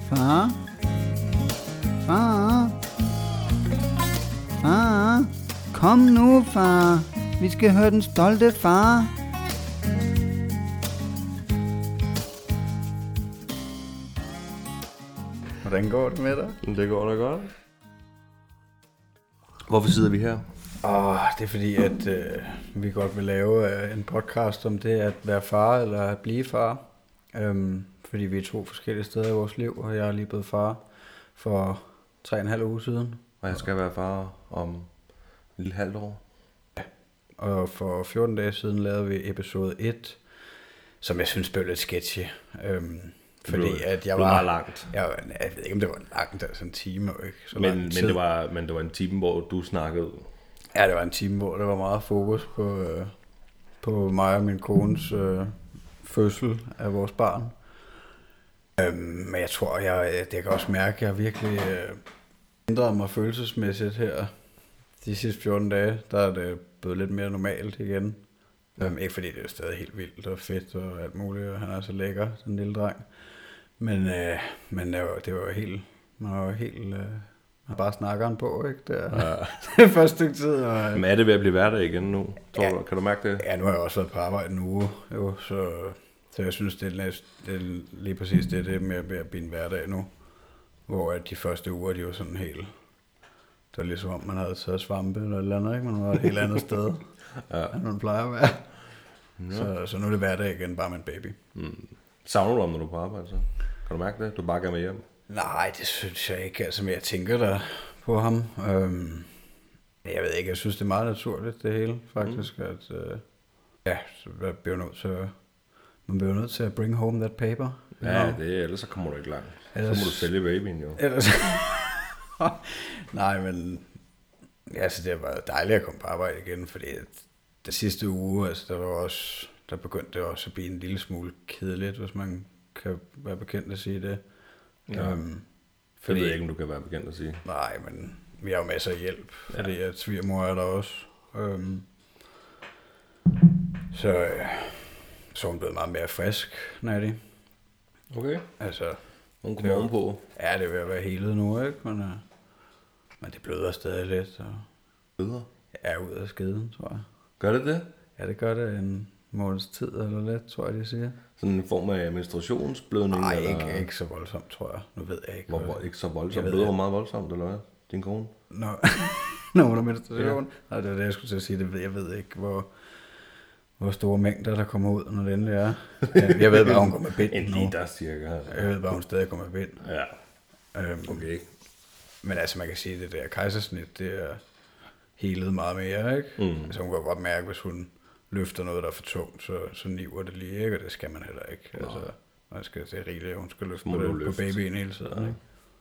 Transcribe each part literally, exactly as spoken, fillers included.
Far? Far? Far? Kom nu, far. Vi skal høre den stolte far. Hvordan går det med dig? Det går da godt. Hvorfor sidder vi her? Åh, det er fordi, at øh, vi godt vil lave øh, en podcast om det at være far eller at blive far. Øhm, fordi vi er to forskellige steder i vores liv, og jeg er lige blevet far for tre og en halv uge siden. Og jeg skal være far om et lille halvt år. Ja. Og for fjorten dage siden lavede vi episode et, som jeg synes blev lidt sketchy. Øhm, fordi blev, at jeg var... var... meget langt. Jeg, jeg ved ikke, om det var langt, altså en time og ikke så men, lang tid. Men det, var, men det var en time, hvor du snakkede... Ja, det var en time, hvor der var meget fokus på, øh, på mig og min kones øh, fødsel af vores barn. Øhm, men jeg tror, jeg, det kan også mærke, at jeg virkelig øh, ændret mig følelsesmæssigt her de sidste fjorten dage. Der er det blevet lidt mere normalt igen. Ja. Øhm, ikke fordi det er stadig helt vildt og fedt og alt muligt, og han er så lækker, sådan en lille dreng. Men, øh, men det, var, det var helt, man var helt... Øh, man bare snakker han på, ikke? Det er ja. første stykke tid. Og... Men er det ved at blive hverdag igen nu? Tror ja. du, kan du mærke det? Ja, nu har jeg også været på arbejde en uge, jo, så, så jeg synes, det er, næst, det er lige præcis det, det er med, med at blive en hverdag nu. Hvor de første uger, de var sådan helt... Det var ligesom om, man havde taget svampe eller et eller andet, ikke? Man var et helt andet sted, ja. end man plejer at være. Ja. Så, så nu er det hverdag igen, bare med en baby. Mm. Savner du om, når du er på arbejde, så? Kan du mærke det? Du bare gerne med hjem? Nej, det synes jeg ikke. Altså, men jeg tænker der på ham. Øhm, jeg ved ikke, jeg synes, det er meget naturligt, det hele, faktisk. Mm. At, øh, ja, så jeg bliver nødt til at, man bliver nødt til at bring home that paper. Ja, det, ellers så kommer du ikke langt. Ellers, så må du sælge babyen, jo. Ellers, nej, men altså, det var dejligt at komme på arbejde igen, fordi det sidste uge, altså, der var også, der begyndte det også at blive en lille smule kedeligt, hvis man kan være bekendt at sige det. Ja. Øhm, fordi, jeg ved ikke, om du kan være bekendt at sige. Nej, men vi har jo masser af hjælp, fordi ja. at svigermor er der også. Øhm, så, øh, så er hun blevet meget mere frisk, Natty. Okay. Altså, hun kommer ovenpå. Ja, det er ved at være helet nu, ikke? Men, øh, men det bløder stadig lidt. Og, bløder? Ja, ud af skeden, tror jeg. Gør det det? Ja, det gør det en måneds tid eller lidt, tror jeg, de siger. Sådan en form af menstruationsblødning? Nej, eller? ikke, ikke så voldsomt, tror jeg. Nu ved jeg ikke. Hvor, hvor, ikke så voldsomt? Bløder hvor meget voldsomt, eller hvad? Din kone? Nå, Nå hun har menstruation? Ja. Nej, det er det, jeg skulle til at sige. Det ved, jeg ved ikke, hvor, hvor store mængder, der kommer ud, når det endelig er. Jeg, jeg ved bare, hun går med bind en nu. liter cirka. Altså. Jeg ved bare, hun stadig går med bind. Ja, øhm, okay. Men altså, man kan sige, at det der kejsersnit, det er helet meget mere, ikke? Mm. Altså, hun kan godt mærke, hvis hun løfter noget, der er for tungt, så, så niver det lige, ikke? Og det skal man heller ikke. Nå. Altså, man skal til rigeligt, hun skal løfte på, det, på babyen hele tiden, ja. Ikke?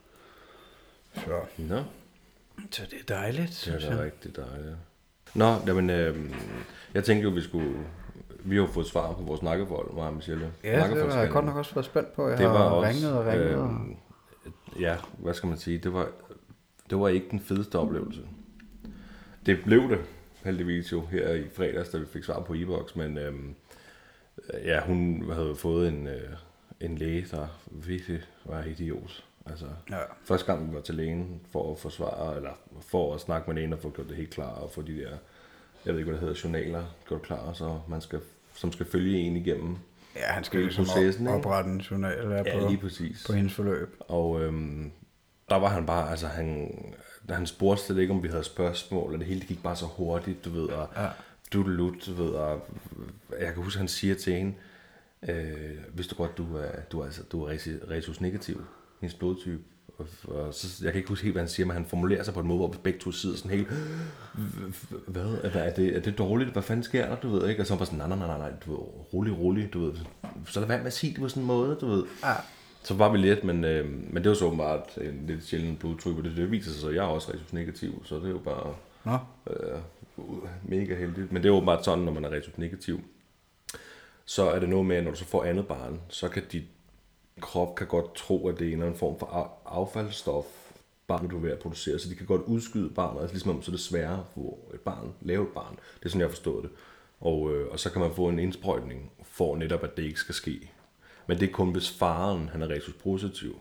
Så. Nå. Så det er dejligt. Det er da rigtig dejligt. Nå, jamen, øh, jeg tænkte jo, vi skulle... Vi har jo fået svar på vores nakkefold, mig og Michelle. Ja, det har jeg godt nok også været spændt på. Jeg det har var også, ringet og ringet. Øh, og... Ja, hvad skal man sige? Det var, det var ikke den fedeste oplevelse. Det blev det, heldigvis jo, her i fredags, da vi fik svar på e-boks, men øh, ja, hun havde fået en, øh, en læge, der virkelig var idiot. Altså, ja. Første gang vi var til lægen for at forsvare, eller for at snakke med lægen og få gjort det helt klar, og få de der, jeg ved ikke, hvad det hedder, journaler gjort klar, så man skal, som skal følge en igennem. Ja, han skal ligesom op, oprette en journal der ja, på, lige præcis. på hendes forløb. Og øhm, der var han bare, altså han, han spurgte slet ikke, om vi havde spørgsmål, og det hele det gik bare så hurtigt, du ved, og ja. dudelut, du ved, og jeg kan huske, han siger til hende, øh, hvis du godt, du er, du er, altså, du er rhesus negativ, hendes blodtype, og, og så, jeg kan ikke huske helt, hvad han siger, men han formulerer sig på en måde, hvor begge to sidder sådan helt, hvad, er det, er det dårligt, hvad fanden sker der, du ved, ikke, og så var sådan, nej, nej, nej, nej, du ved, rolig, rolig, du ved, så lad være med at sige det på sådan en måde, du ved, ja. Så var vi lidt, men, øh, men det var så åbenbart en lidt sjældent blodtryk, og det, det viser sig så, at jeg er også rhesus negativ, så det er jo bare øh, mega heldigt, men det er åbenbart sådan, når man er rhesus negativ, så er det noget med, at når du så får andet barn, så kan dit krop kan godt tro, at det er en eller anden form for affaldsstof, barnet du er ved at producere, så de kan godt udskyde barnet, altså ligesom om så er det sværere for et barn, lave et barn, det er sådan jeg forstår det, og, øh, og så kan man få en indsprøjtning for netop, at det ikke skal ske, men det er kun hvis faren, han er rhesus positiv,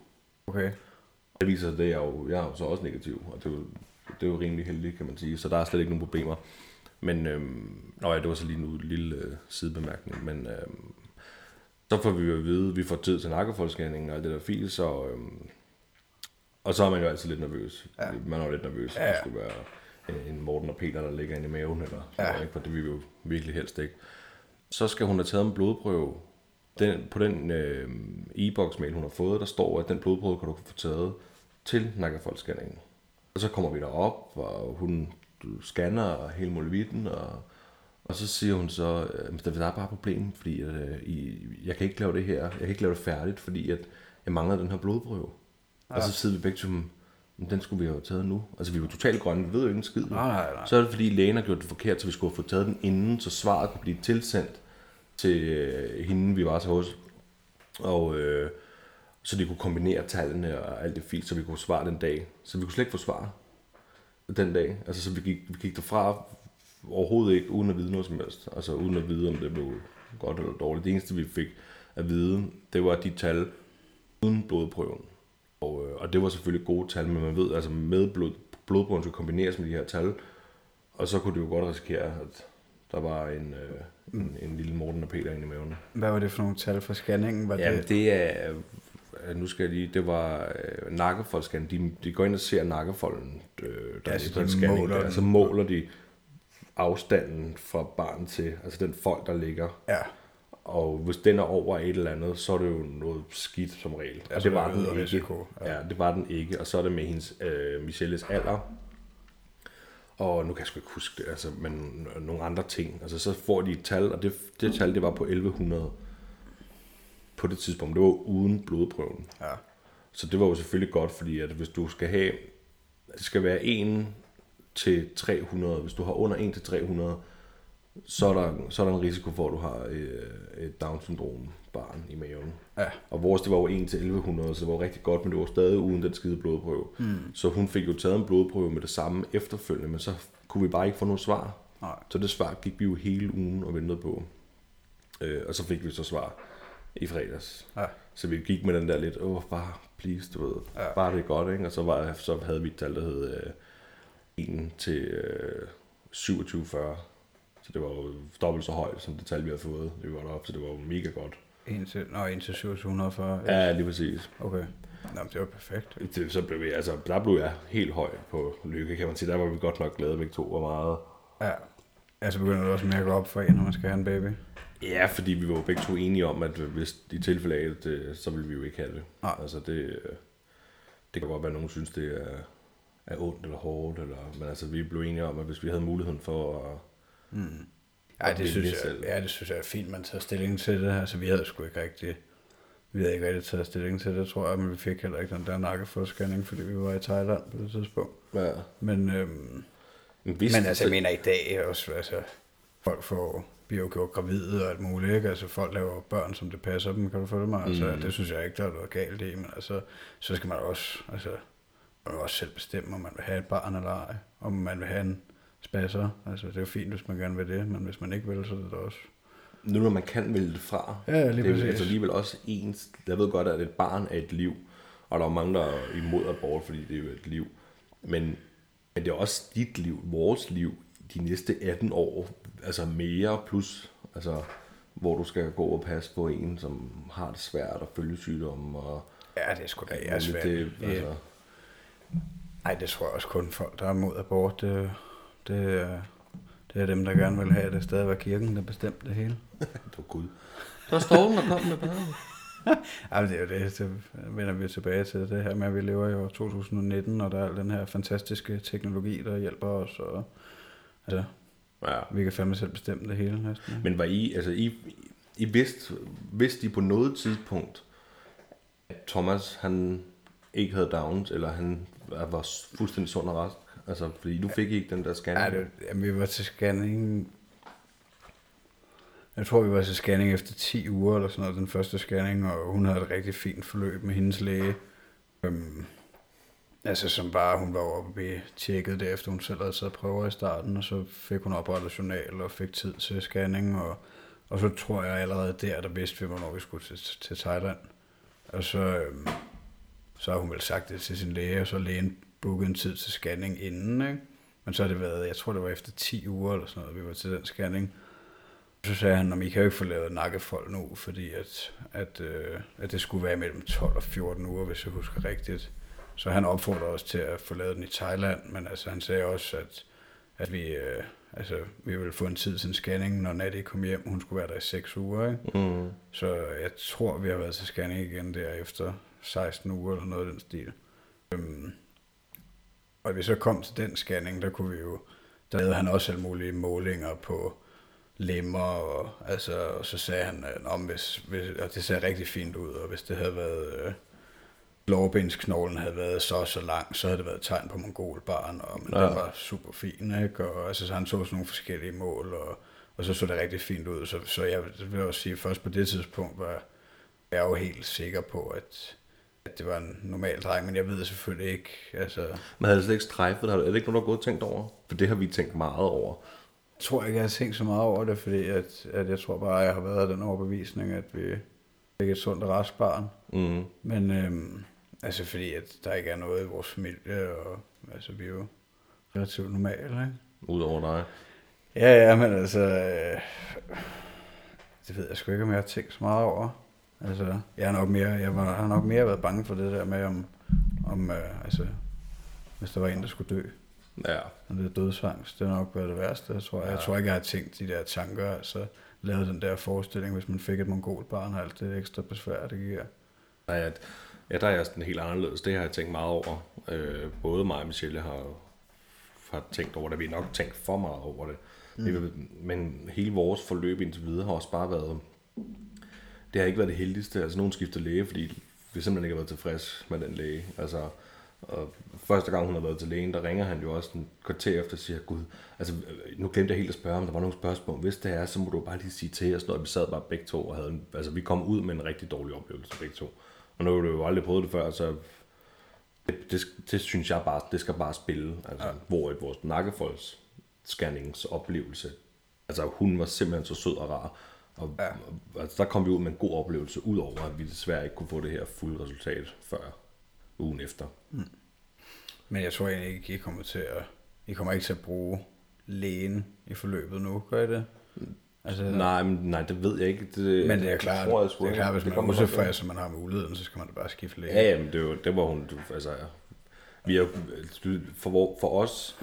Okay. Det viser sig, det er jo, jeg er jo så også negativ, og det er jo, det er jo rimelig heldigt, kan man sige, så der er slet ikke nogen problemer. Men, øhm, nå ja, det var så lige en lille øh, sidebemærkning, men øhm, så får vi jo at vide, at vi får tid til nakkefoldsscanningen og alt det der fil, så, øhm, og så er man jo altid lidt nervøs. Ja. Man er jo lidt nervøs, at ja, ja. det skulle være en Morten og Peter, der ligger inde i maven, eller sådan ja. Ikke, for det vil vi jo virkelig helst ikke. Så skal hun have taget en blodprøve. Den, på den øh, e-boks-mail, hun har fået, der står, at den blodprøve kan du få taget til nakkefoldsscanningen. Og så kommer vi derop, og hun scanner hele molevitten, og, og så siger hun så, at der er bare et problem, fordi at, øh, I, jeg kan ikke lave det her, jeg kan ikke lave det færdigt, fordi at jeg mangler den her blodprøve. Ja. Og så sidder vi begge til dem, den skulle vi have taget nu. Altså vi var totalt grønne, vi ved jo ikke en skid. Nej, nej, nej. Så er det fordi lægen har gjort det forkert, så vi skulle have fået taget den inden, så svaret kunne blive tilsendt til øh, hende, vi var så hos. Og øh, så de kunne kombinere tallene og alt det fint, så vi kunne svare den dag. Så vi kunne slet ikke få svar den dag. Altså så vi gik, vi gik derfra overhovedet ikke, uden at vide noget som helst. Altså uden at vide, om det blev godt eller dårligt. Det eneste vi fik at vide, det var de tal uden blodprøven. Og, og det var selvfølgelig gode tal, men man ved, altså med blod, blodprøven skulle kombineres med de her tal, og så kunne det jo godt risikere, at der var en, øh, en, en lille Morten og Peter inde i maven. Hvad var det for nogle tal for scanningen? Var Jamen det... det er, nu skal jeg lige, det var øh, nakkefoldsscanning. De, de går ind og ser nakkefolden, øh, der altså, er på en scanning der, så måler de afstanden fra barn til, altså den fold, der ligger. Ja. Og hvis den er over et eller andet, så er det jo noget skidt som regel. Ja, og det var den ikke. Risiko. Ja. ja, det var den ikke. Og så er det med hendes øh, Michelles alder. Og nu kan jeg sgu ikke huske det, altså, men nogle andre ting. Altså så får de et tal, og det, det tal, det var på elleve hundrede på det tidspunkt. Det var uden blodprøven. Ja. Så det var jo selvfølgelig godt, fordi at hvis du skal have, det skal være en til tre hundrede. Hvis du har under en til tre hundrede, så er der, så er der en risiko for, at du har et, et Down-syndrom barn i maven. Ja. Og vores, det var jo en til elleve hundrede, så det var rigtig godt, men det var stadig uden den skide blodprøve. Mm. Så hun fik jo taget en blodprøve med det samme efterfølgende, men så kunne vi bare ikke få noget svar. Nej. Så det svar gik vi jo hele ugen og ventede på. Øh, og så fik vi så svar i fredags. Ja. Så vi gik med den der lidt, åh, bare please, du ved, ja. Bare det er godt, ikke? Og så, var, så havde vi et tal, der hed øh, en til øh, syvogtyve fyrre. Så det var jo dobbelt så højt, som det tal, vi havde fået. Det var deroppe, så det var jo mega godt. en til, nå, en til syv hundrede og fyrre? Ja, lige præcis. Okay. Nå, det var perfekt. Det, så blev vi, altså, der blev jeg helt høj på lykke, kan man sige. Der var vi godt nok glade begge to og meget. Ja, altså begynder det også mere at gå op for en, når man skal have en baby? Ja, fordi vi var jo begge to enige om, at hvis i tilfælde af det, så ville vi jo ikke have det. Nej. Altså det, det kan godt være, at nogen synes, det er, er ondt eller hårdt, eller, men altså vi blev enige om, at hvis vi havde muligheden for at... Mm. Ja, det synes jeg, ja, det synes jeg er fint, man tager stilling til det. Altså, vi havde sgu ikke rigtig, vi havde ikke rigtig taget stilling til det, tror jeg, men vi fik heller ikke den der nakkefoldsscanning, fordi vi var i Thailand på det tidspunkt. Ja. Men, øhm, men, men altså, jeg mener i dag også, altså, folk får, bliver jo gjort gravide og alt muligt, ikke? Altså, folk laver børn, som det passer dem, kan du følge mig? Altså, mm. det synes jeg ikke, der er noget galt i, men altså, så skal man også, altså, man vil også selv bestemme, om man vil have et barn eller ej, om man vil have en spasser. Altså, det er jo fint, hvis man gerne vil det, men hvis man ikke vil, så er det da også... Nu når man kan vælge det fra, ja, lige det er altså alligevel også ens... Jeg ved godt, at et barn er et liv, og der er mange, der er imod abort, fordi det er jo et liv. Men, men det er også dit liv, vores liv, de næste atten år, altså mere plus, altså, hvor du skal gå og passe på en, som har det svært at følge sygdomme. Og, ja, det er sgu da ja, svært. Det, altså, nej, det tror jeg også kun folk, der er imod abort, det, det er... Det er dem, der gerne vil have det. Stadig var kirken, der bestemte det hele. Det var Gud. Der står den, der kom med børn. Ja, det er jo det. Så vender vi tilbage til det her med, at vi lever i år to tusind nitten, og der er den her fantastiske teknologi, der hjælper os. Og, altså, ja. Vi kan fandme selv bestemme det hele næsten. Men var I, altså I, I vidste, vidste I på noget tidspunkt, at Thomas, han ikke havde Downs, eller han var fuldstændig sund og rask? Altså, fordi du fik ikke den der scanning. Ja, det, jamen, vi var til scanning... Jeg tror, vi var til scanning efter ti uger, eller sådan noget, den første scanning, og hun havde et rigtig fint forløb med hendes læge. Øhm, altså, som bare, hun var oppe og blive tjekket det, efter hun selv havde taget prøver i starten, og så fik hun oprettet journal og fik tid til scanning, og, og så tror jeg allerede der, der vidste vi, hvornår vi skulle til, til Thailand. Og så... Øhm, så har hun vel sagt det til sin læge, og så lægen booket en tid til scanning inden, ikke? Men så har det været, jeg tror det var efter ti uger eller sådan noget, vi var til den scanning. Så sagde han, at I kan jo ikke få lavet nakkefold nu, fordi at, at, øh, at det skulle være mellem tolv og fjorten uger, hvis jeg husker rigtigt. Så han opfordrede os til at få lavet den i Thailand, men altså, han sagde også, at, at vi, øh, altså, vi ville få en tid til en scanning, når Natty kom hjem. Hun skulle være der i seks uger, ikke? Mm. Så jeg tror, vi har været til scanning igen der efter seksten uger eller noget af den stil. Øhm, og vi så kom til den scanning, der kunne vi jo, der lavede han også alle mulige målinger på lemmer, og, altså, og så sagde han, om hvis, hvis, og det ser rigtig fint ud, og hvis det havde været, øh, lårbensknoglen havde været så så lang, så havde det været et tegn på mongolbarn, og men ja. Den var super fin, ikke? Og altså, så han så sådan nogle forskellige mål, og, og så så det rigtig fint ud, så, så jeg vil også sige, først på det tidspunkt var jeg jo helt sikker på, at at det var en normal dreng, men jeg ved selvfølgelig ikke, altså... Men havde det slet ikke strejfet? Er det ikke noget, du har gået tænkt over? For det har vi tænkt meget over. Jeg tror ikke, jeg har tænkt så meget over det, fordi at, at jeg tror bare, at jeg har været af den overbevisning, at vi fik et sundt og rask barn. Mm. Men øhm, altså fordi, at der ikke er noget i vores familie, og altså vi er jo relativt normale, ikke? Udover dig? Ja, ja, men altså... Øh, det ved jeg sgu ikke, om jeg har tænkt så meget over. Altså, jeg har nok mere, jeg var, har nok mere været bange for det der med, om, om øh, altså, hvis der var en, der skulle dø. Ja. Og det er dødsangst, det har nok været det værste, jeg tror. Ja. Jeg tror ikke, jeg har tænkt de der tanker, altså lavet den der forestilling, hvis man fik et mongolbarn, og alt det ekstra besvær, det giver. Nej, at, ja, der er jeg sådan helt anderledes. Det har jeg tænkt meget over. Øh, både mig og Michelle har, har tænkt over det. Vi har nok tænkt for meget over det. Mm. Men hele vores forløb indtil videre har også bare været... Det har ikke været det heldigste. Altså, nogen skifter læge, fordi vi simpelthen ikke har været tilfreds med den læge. Altså, og første gang, hun har været til lægen, der ringer han jo også en kvarter efter og siger, gud, altså, nu glemte jeg helt at spørge, om der var nogle spørgsmål. Hvis det er, så må du bare lige sige til os, når vi sad bare begge to og havde en, altså, vi kom ud med en rigtig dårlig oplevelse begge to. Og nu har du jo aldrig prøvet det før, så det, det, det synes jeg bare, det skal bare spille. Altså, ja. Hvor et vores nakkefoldsscanningsoplevelse, altså, hun var simpelthen så sød og rar. Og ja. Altså, der kom vi ud med en god oplevelse, udover at vi desværre ikke kunne få det her fulde resultat før ugen efter. Mm. Men jeg tror egentlig ikke, I kommer til at, I kommer ikke til at bruge lægen i forløbet nu, gør I det? Altså, nej, men, nej, det ved jeg ikke. Det, men det er klart, tror, jeg, det er klart hvis man er utilfreds, og man har muligheden, så skal man da bare skifte læge. Ja, ja, men det var, det var hun, altså, vi er, for, for os,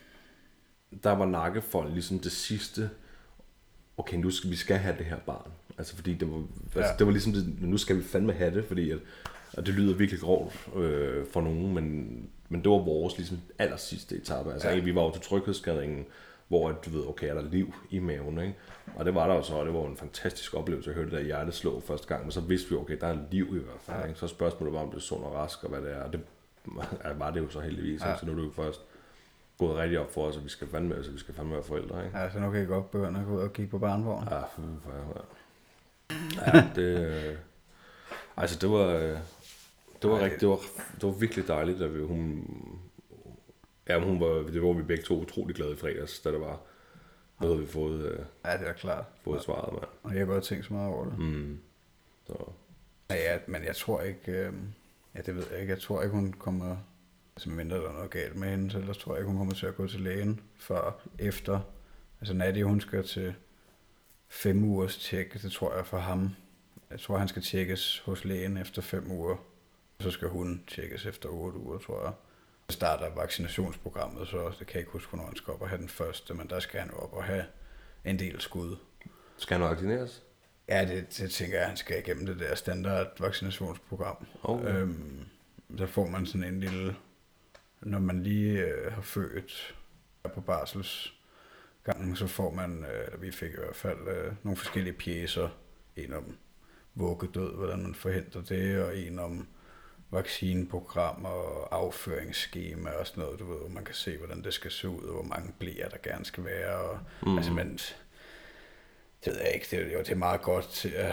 der var nakkefold ligesom det sidste, okay, nu skal vi skal have det her barn. Altså fordi det var, altså, ja. Det var ligesom det, nu skal vi fandme have det, fordi at, at det lyder virkelig grovt øh, for nogen, men, men det var vores ligesom aller sidste etape. Altså ja. Vi var jo til tryghedsscanningen, hvor du ved, okay, er der liv i maven, ikke? Og det var der jo så, og det var en fantastisk oplevelse at høre det der hjerte slå første gang, men så vidste vi, okay, der er liv i hvert fald, ja. Ikke? Så spørgsmålet var, om det er sund og rask, og hvad det er, og det var det jo så heldigvis, ja. Så nu er det jo først gået rigtig op for os, at vi skal fandme, altså, vi skal fandme være forældre, ikke? Ja, så nu kan I godt begynde at gå ud og kigge på barnevogn. Ja, for, for, ja. Ja, det, øh, altså det var, øh, det var rigtig, det var, det var virkelig dejligt, at vi, hun, ja, hun var, det var vi begge to utrolig glade i fredags, da det var, nu havde vi fået, øh, ja, det er klart, fået svaret, mand. Og jeg har godt tænkt så meget over det. Mm. Så. Ja, men jeg tror ikke, øh, ja, det ved jeg ikke, jeg tror ikke, hun kommer, altså mindre der er noget galt med hende, så ellers tror jeg ikke, hun kommer til at gå til lægen før efter, altså Natty, hun skal til fem ugers tjek, det tror jeg for ham. Jeg tror, han skal tjekkes hos lægen efter fem uger. Og så skal hun tjekkes efter otte uger, tror jeg. Så starter vaccinationsprogrammet, så det kan jeg ikke huske, hvornår han skal op og have den første, men der skal han jo op og have en del skud. Skal han vaccineres? Ja, det, det tænker jeg, han skal igennem det der standard vaccinationsprogram. Okay. Øhm, der får man sådan en lille, når man lige øh, har født på barsels gangen, så får man, øh, vi fik i hvert fald øh, nogle forskellige pjecer, en om vuggedød, hvordan man forhindrer det, og en om vaccineprogram og afføringsskema og sådan noget, du ved, hvor man kan se, hvordan det skal se ud, og hvor mange bleer der gerne skal være, og mm. altså, men det ved jeg ikke, det er jo det er meget godt til at,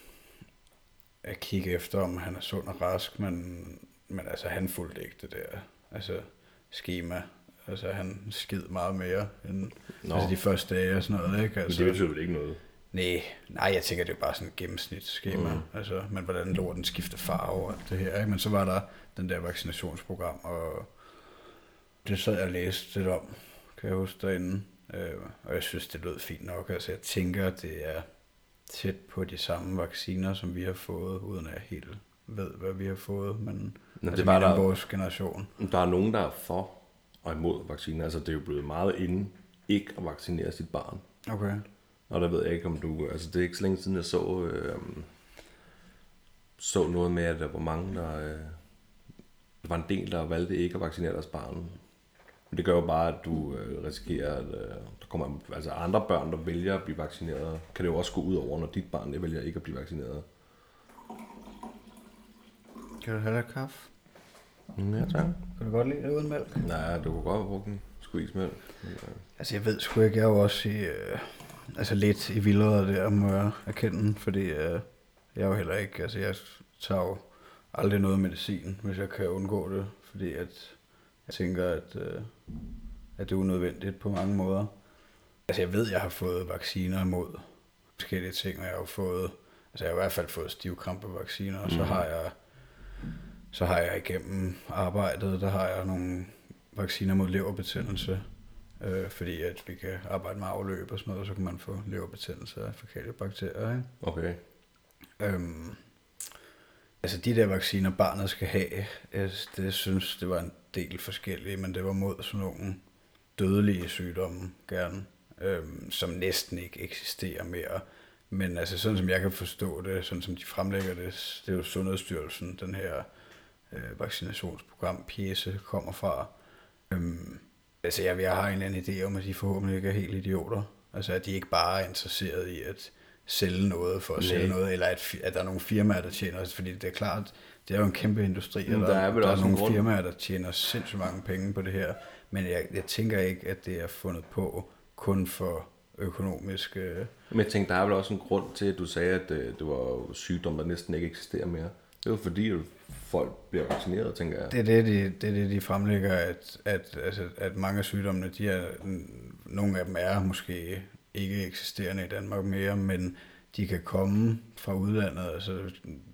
at kigge efter, om han er sund og rask, men, men altså, han fulgte ikke det der, altså, skema. Altså, han skid meget mere end altså, de første dage og sådan noget, ikke? Altså, men det betyder vel ikke noget? Nej, nej, jeg tænker, det er bare sådan et gennemsnitsskema. Mm. Altså, men hvordan lorten skifter farve og alt det her. Ikke? Men så var der den der vaccinationsprogram, og det sad jeg og læste lidt om, kan jeg huske derinde. Øh, og jeg synes, det lød fint nok. Altså, jeg tænker, det er tæt på de samme vacciner, som vi har fået, uden at jeg helt ved, hvad vi har fået. Men Nå, altså, det var der, vores generation. Der er nogen, der er for og imod vacciner. Altså, det er jo blevet meget inde ikke at vaccinere sit barn. Okay. Og der ved jeg ikke, om du... Altså, det er ikke så længe siden, jeg så, øh, så noget med, at der var mange, der... Øh, der var en del, der valgte ikke at vaccinere deres barn. Men det gør jo bare, at du øh, risikerer, at øh, der kommer altså andre børn, der vælger at blive vaccineret. Kan det jo også gå ud over, når dit barn vælger ikke at blive vaccineret. Kan du have lidt kaffe? Mm, ja, tak. Kan du godt lide det uden mælk? Nej, du kunne godt have brugt en squeeze mælk. Ja. Altså, jeg ved sgu ikke, jeg er jo også i... Øh, altså lidt i vildere der, må jeg erkende, fordi øh, jeg er jo heller ikke... Altså, jeg tager jo aldrig noget medicin, hvis jeg kan undgå det, fordi at jeg tænker, at, øh, at det er unødvendigt på mange måder. Altså, jeg ved, jeg har fået vacciner imod forskellige ting, og jeg har jo fået... Altså, jeg har i hvert fald fået stivkrampevacciner, og mm. så har jeg... Så har jeg igennem arbejdet, der har jeg nogle vacciner mod leverbetændelse, øh, fordi at vi kan arbejde med afløb og sådan noget, og så kan man få leverbetændelse af fækale bakterier. Ikke? Okay. Øhm, altså de der vacciner, barnet skal have, det synes det var en del forskellige, men det var mod sådan nogle dødelige sygdomme gerne, øhm, som næsten ikke eksisterer mere. Men altså sådan som jeg kan forstå det, sådan som de fremlægger det, det er jo Sundhedsstyrelsen, den her øh, vaccinationsprogram, pjece kommer fra. Øhm, altså jeg, jeg har en eller anden idé om, at de forhåbentlig ikke er helt idioter. Altså at de ikke bare er interesseret i at sælge noget for at sælge noget, eller at, at der er nogle firmaer, der tjener, fordi det er klart, det er jo en kæmpe industri, og der, der er, der er nogle grund. firmaer, der tjener sindssygt mange penge på det her, men jeg, jeg tænker ikke, at det er fundet på kun for økonomisk... Øh... Men jeg tænkte, der er vel også en grund til, at du sagde, at det, det var sygdom, der næsten ikke eksisterer mere. Det er jo fordi, at folk bliver vaccineret, tænker jeg. Det er det, de, det, er det, de fremlægger, at, at, altså, at mange af sygdommene, de er, nogle af dem er måske ikke eksisterende i Danmark mere, men de kan komme fra udlandet. Altså,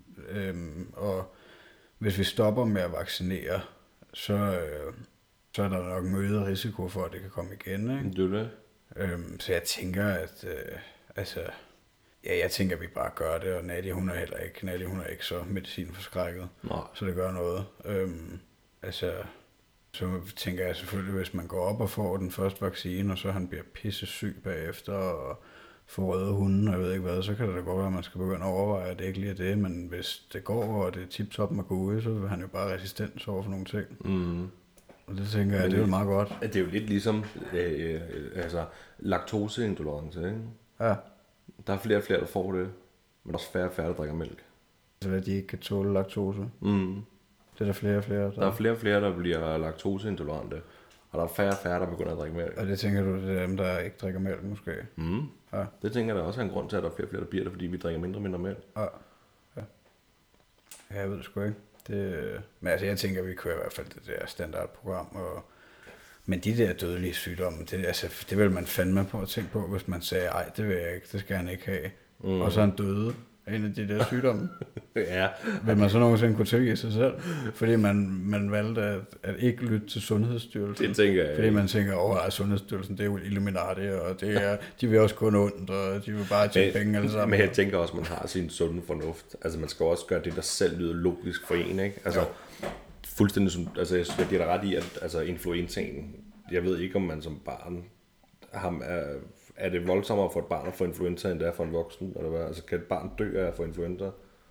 øhm, og hvis vi stopper med at vaccinere, så, øh, så er der nok en øget risiko for, at det kan komme igen. Ikke? Det er det. Øhm, så jeg tænker, at øh, altså, ja, jeg tænker, at vi bare gør det, og Nadia, hun er heller ikke, Nadia, hun er ikke så medicinforskrækket, Nej. Så det gør noget. Øhm, altså, så tænker jeg selvfølgelig, hvis man går op og får den første vaccine, og så han bliver pisse syg bagefter, og får røde hunde, og jeg ved ikke hvad, så kan det da godt være, at man skal begynde at overveje, at det ikke lige er det, men hvis det går, og det er tip-top med gode, så vil han jo bare resistens over for nogle ting. Mm. Og det tænker jeg, det, det er jo meget godt. Det er jo lidt ligesom øh, øh, altså, laktoseintolerance, ikke? Ja. Der er flere og flere, der får det, men der er også færre og færre, der drikker mælk. Så at de ikke kan tåle laktose. Mm. Det er der flere og flere, der... Der er flere og flere, der bliver laktoseintolerante, og der er færre og færre, der begynder at drikke mælk. Og det tænker du, det er dem, der ikke drikker mælk måske? Mm. Ja. Det tænker jeg, der også er en grund til, at der er flere og flere, der bliver det, fordi vi drikker mindre og mindre mælk. Ja. Ja. Ja, jeg ved det sgu ikke. Det... Men altså, jeg tænker, vi kører i hvert fald det der standardprogram, og... Men de der dødelige sygdomme, det, altså, det vil man fandme på at tænke på, hvis man sagde, ej, det vil jeg ikke, det skal han ikke have. Mm. Og så er han døde af en af de der sygdomme. Ja. Vil man så nogensinde kunne tilgive sig selv? Fordi man, man valgte at, at ikke lytte til Sundhedsstyrelsen. Det tænker jeg. Fordi man tænker, åh, oh, Sundhedsstyrelsen, det er jo Illuminati, og det er, de vil også kun ondt, og de vil bare tjene penge alle sammen. Men jeg tænker også, at man har sin sunde fornuft. Altså, man skal også gøre det, der selv lyder logisk for en, ikke? Altså, jo. Fuldstændig som, altså jeg, jeg giver dig ret i, at altså, influenzaen, jeg ved ikke, om man som barn, har, er, er det voldsommere for et barn at få influenza, end det er for en voksen? Eller hvad? Altså kan et barn dø af at få influenza?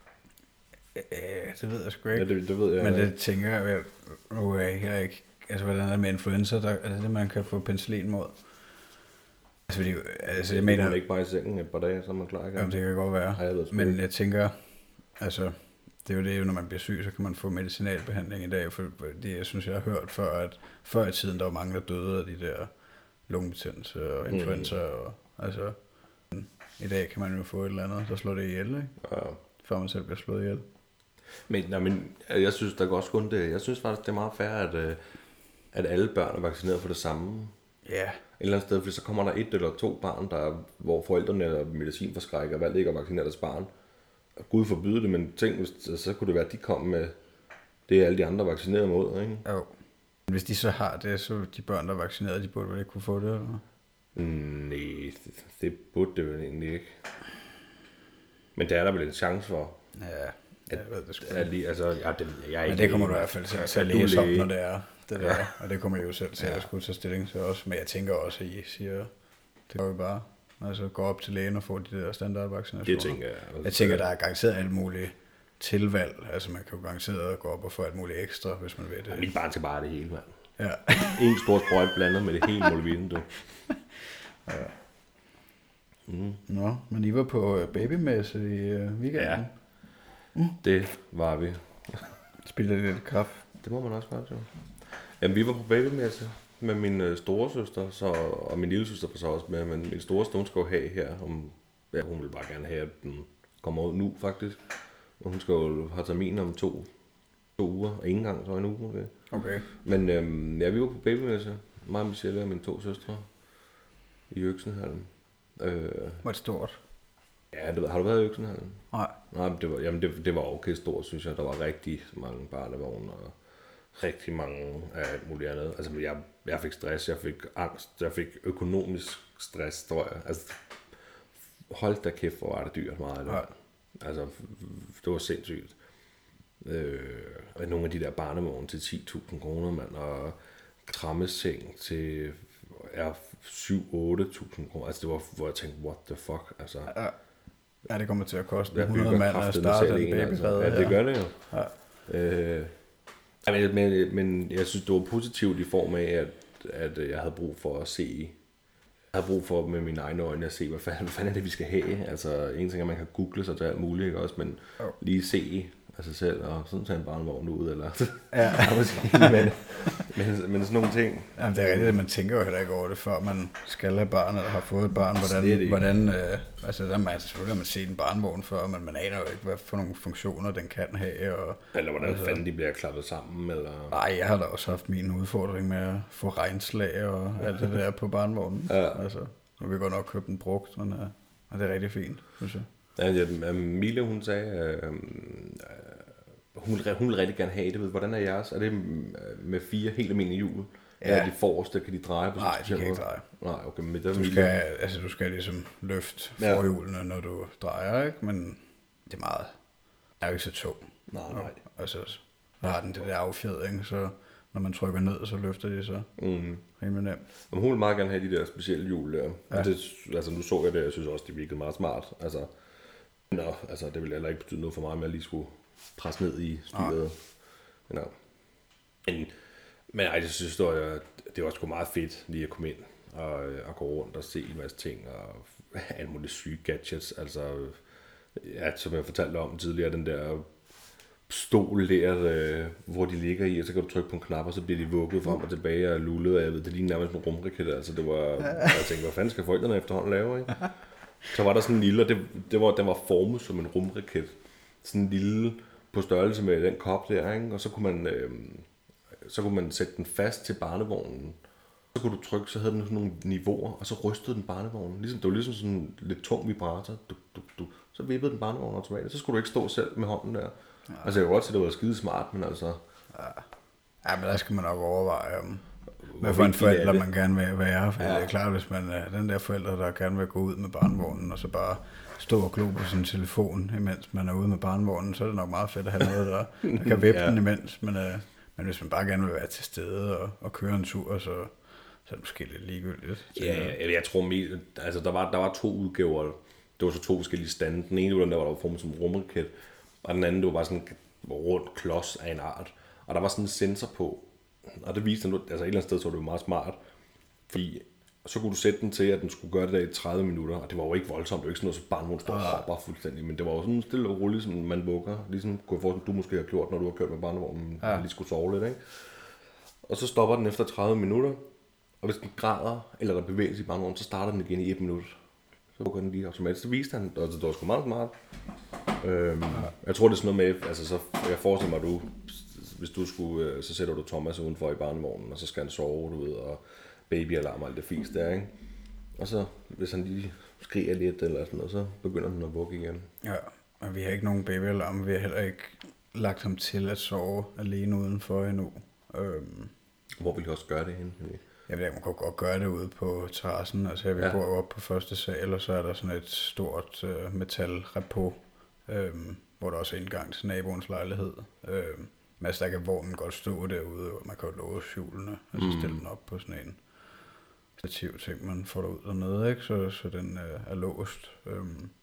Ja, det ved jeg sgu ikke. Ja, det, det ved jeg. Men det tænker jeg, nu er jeg ikke, altså hvordan er det med influenza, der, er det det, man kan få penicillin mod? Altså, fordi, altså jeg mener... Man ikke bare i sengen et par dage, så er man klar igen. Jamen det kan godt være, ja, jeg men jeg tænker, altså... Det er jo det, når man bliver syg, så kan man få medicinalbehandling i dag, for det, jeg synes, jeg har hørt før, at før i tiden, der var mange, der døde af de der lungebetændelse og influenza, mm. og altså, i dag kan man jo få et eller andet, der slår det ihjel, ikke? Ja. Før man selv bliver slået ihjel. Men, nej, men jeg synes, der går også kun det, jeg synes faktisk, det er meget fair, at, at alle børn er vaccineret for det samme. Ja. Et eller andet sted, for så kommer der et eller to barn, der, hvor forældrene er medicinforskrækker og valgte ikke at vaccinere deres barn. Og Gud forbyde det, men tænk, hvis, så kunne det være, at de kom med det, alle de andre vaccinerede mod, ikke? Jo. Hvis de så har det, så de børn, der er vaccineret, de burde vel ikke kunne få det, eller? Nej, det, det burde det vel egentlig ikke. Men der er der vel en chance for. Ja, jeg ved det sgu. At lige, altså, ja, det, jeg er ikke Men det kommer du i hvert fald til at, til at læse om, når det er det der. Ja. Og det kommer jeg jo selv til ja. at skulle tage stilling til også. Men jeg tænker også, at I siger, det går jo bare. Altså gå op til lægen og få de der standardvaccinationer. Det tænker jeg. Altså, jeg tænker, der er garanteret alt muligt tilvalg. Altså man kan jo garanteret gå op og få alt muligt ekstra, hvis man ved det. Ja, mit barn skal bare det hele, mand. Ja. En stor sprøjt blandet med det hele mulige, du. Ja. Mm. Nå, men I var på babymesse i uh, weekenden. Ja, mm. det var vi. Spiller det lidt kaffe? Det må man også godt, jo. Jamen, vi var på babymesse med min øh, storesøster, så, og min lille søster var så også med, men min storesøster, hun skal jo have her, om, ja, hun vil bare gerne have, at den kommer ud nu, faktisk. Og hun skal jo have termin om to, to uger, og ingen gang så en uge, måske. Okay. Men øhm, ja, vi var på babymesse, mig og Michelle og mine to søstre, i Øksenhallen. Øh, var det stort? Ja, det, har du været i Øksenhallen? Nej. Nej, men det var, jamen det, det var okay stort, synes jeg. Der var rigtig mange barnevogne og rigtig mange af alt muligt andet. Altså, jeg, jeg fik stress, jeg fik angst, jeg fik økonomisk stress, tror jeg. Altså, hold da kæft, hvor var det dyrt meget. Ja. Altså, det var sindssygt. Øh, og nogle af de der barnevogne til ti tusind kroner, mand, og krammeseng til ja, syv til otte tusind kroner. Altså, det var, hvor jeg tænkte, what the fuck, altså. Ja. Ja, det kommer til at koste jeg hundrede mand at starte en babyrede. Altså. Ja, det gør det jo. Ja. Øh, men, men, men jeg synes, det var positivt i form af, at, at jeg havde brug for at se, jeg havde brug for med mine egne øjne at se, hvad fanden, hvad fanden er det, vi skal have. Altså, en ting er, at man kan google sig til alt muligt, ikke også, men oh. lige se af sig selv, og sådan tage en barnevogn ud, eller ja. men, men, men sådan nogle ting. Jamen, det er rigtigt, at man tænker jo heller ikke over det, før man skal have barn, eller har fået et barn, hvordan, hvordan øh, altså der man selvfølgelig har man set en barnevogn før, men man aner jo ikke, hvad for nogle funktioner den kan have, og eller hvordan altså, fanden de bliver klappet sammen, eller... Nej, jeg har da også haft min udfordring med at få regnslag og alt det der på barnevognen. Ja. Altså, nu vil jeg godt nok købe den brugt, men uh, det er rigtig fint, synes jeg. Ja, ja, Mille, hun sagde, øh, hun, vil, hun vil rigtig gerne have det. Hvordan er jeres? Er det med fire helt almindelige hjul? Ja. Er de forreste? Kan de dreje på? Nej, de kan ikke dreje. Nej, okay, men det er du skal, altså, du skal ligesom løfte forhjulene, når du drejer, ikke? Men det er meget, det er jo ikke så tung. Nej, nej. Altså, så har den det der affjedring, så når man trykker ned, så løfter de så mm. rimelig nemt. Men hun vil meget gerne have de der specielle hjul der. Ja. Det, altså, nu så jeg det, jeg synes også, det virkede meget smart. Altså, nå, altså, det ville heller ikke betyde noget for mig, at jeg lige skulle presse ned i styret. Ja. Men, men ej, jeg synes, det var, det var sgu meget fedt lige at komme ind og, og gå rundt og se en masse ting og alle mulige syge gadgets. Altså, ja, som jeg fortalte om tidligere, den der stol der, øh, hvor de ligger i, og så kan du trykke på en knap, og så bliver de vugget frem og tilbage og lullet, og jeg ved, det ligner nærmest en rumraket. Altså, det var, jeg tænkte, hvad fanden skal forældrene efterhånden lave, ikke? Så var der sådan en lille, og det, det var, den var formet som en rumraket. Sådan en lille på størrelse med den kop der, ikke? Og så kunne man, øh, så kunne man sætte den fast til barnevognen. Så kunne du trykke, så havde den sådan nogle niveauer, og så rystede den barnevognen. Ligesom, det var ligesom sådan en lidt tung vibrator. Du, du, du. Så vippede den barnevognen automatisk. Så skulle du ikke stå selv med hånden der. Ja. Altså, jeg kunne godt se, at det var skide smart, men altså... Ja, ja, men der skal man nok overveje, um, hvad for en forælder man gerne vil være. For ja. Det er klart, hvis man er den der forælder, der gerne vil gå ud med barnevognen, og så bare stå og glo på sin telefon, imens man er ude med barnevognen, så er det nok meget fedt at have noget, der, der kan vippe ja. den imens. Men, uh, men hvis man bare gerne vil være til stede og, og køre en tur, så, så er det måske lidt ligegyldigt. Ja, jeg, jeg tror mere, altså der var, der var to udgaver. Det var så to forskellige stande. Den ene var den der, var der formet som en rumraket, og den anden, det var bare sådan en rund klods af en art. Og der var sådan en sensor på, og det viste, altså et eller andet sted, så var det jo meget smart, fordi så kunne du sætte den til, at den skulle gøre det der i tredive minutter, og det var jo ikke voldsomt, det var ikke sådan noget, så barnevognen står og bare fuldstændig, men det var jo sådan stille og roligt, som man vugger, ligesom kunne jeg forestille, du måske har gjort, når du har kørt med barnevognen, ja. lige skulle sove lidt, ikke? Og så stopper den efter tredive minutter, og hvis den græder, eller der bevæges i barnevognen, så starter den igen i et minut. Så vugger den lige automatisk. Så viste han, og det var sgu meget smart. Øhm, ja. Jeg tror, det er sådan noget med, altså så, jeg forestiller mig, at du, hvis du skulle, så sætter du Thomas udenfor i barnevognen, og så skal han sove, du ved, og babyalarm og alt det fisk der, ikke? Og så, hvis han lige skriger lidt eller sådan noget, så begynder han at vugge igen. Ja, og vi har ikke nogen babyalarm. Vi har heller ikke lagt ham til at sove alene udenfor endnu. Øhm, Hvor vil I også gøre det henne? Jeg ved, man kan godt gøre det ude på terrassen. Altså, vi ja. bor jo oppe på første sal, og så er der sådan et stort øh, metalrepot, øh, hvor der også er indgang til naboens lejlighed. Øh, men altså, der kan vognen godt stå derude, og man kan jo låse hjulene, og så mm. stille den op på sådan en stativ ting, man får derud dernede, ikke? Så, så den øh, er låst. Øh,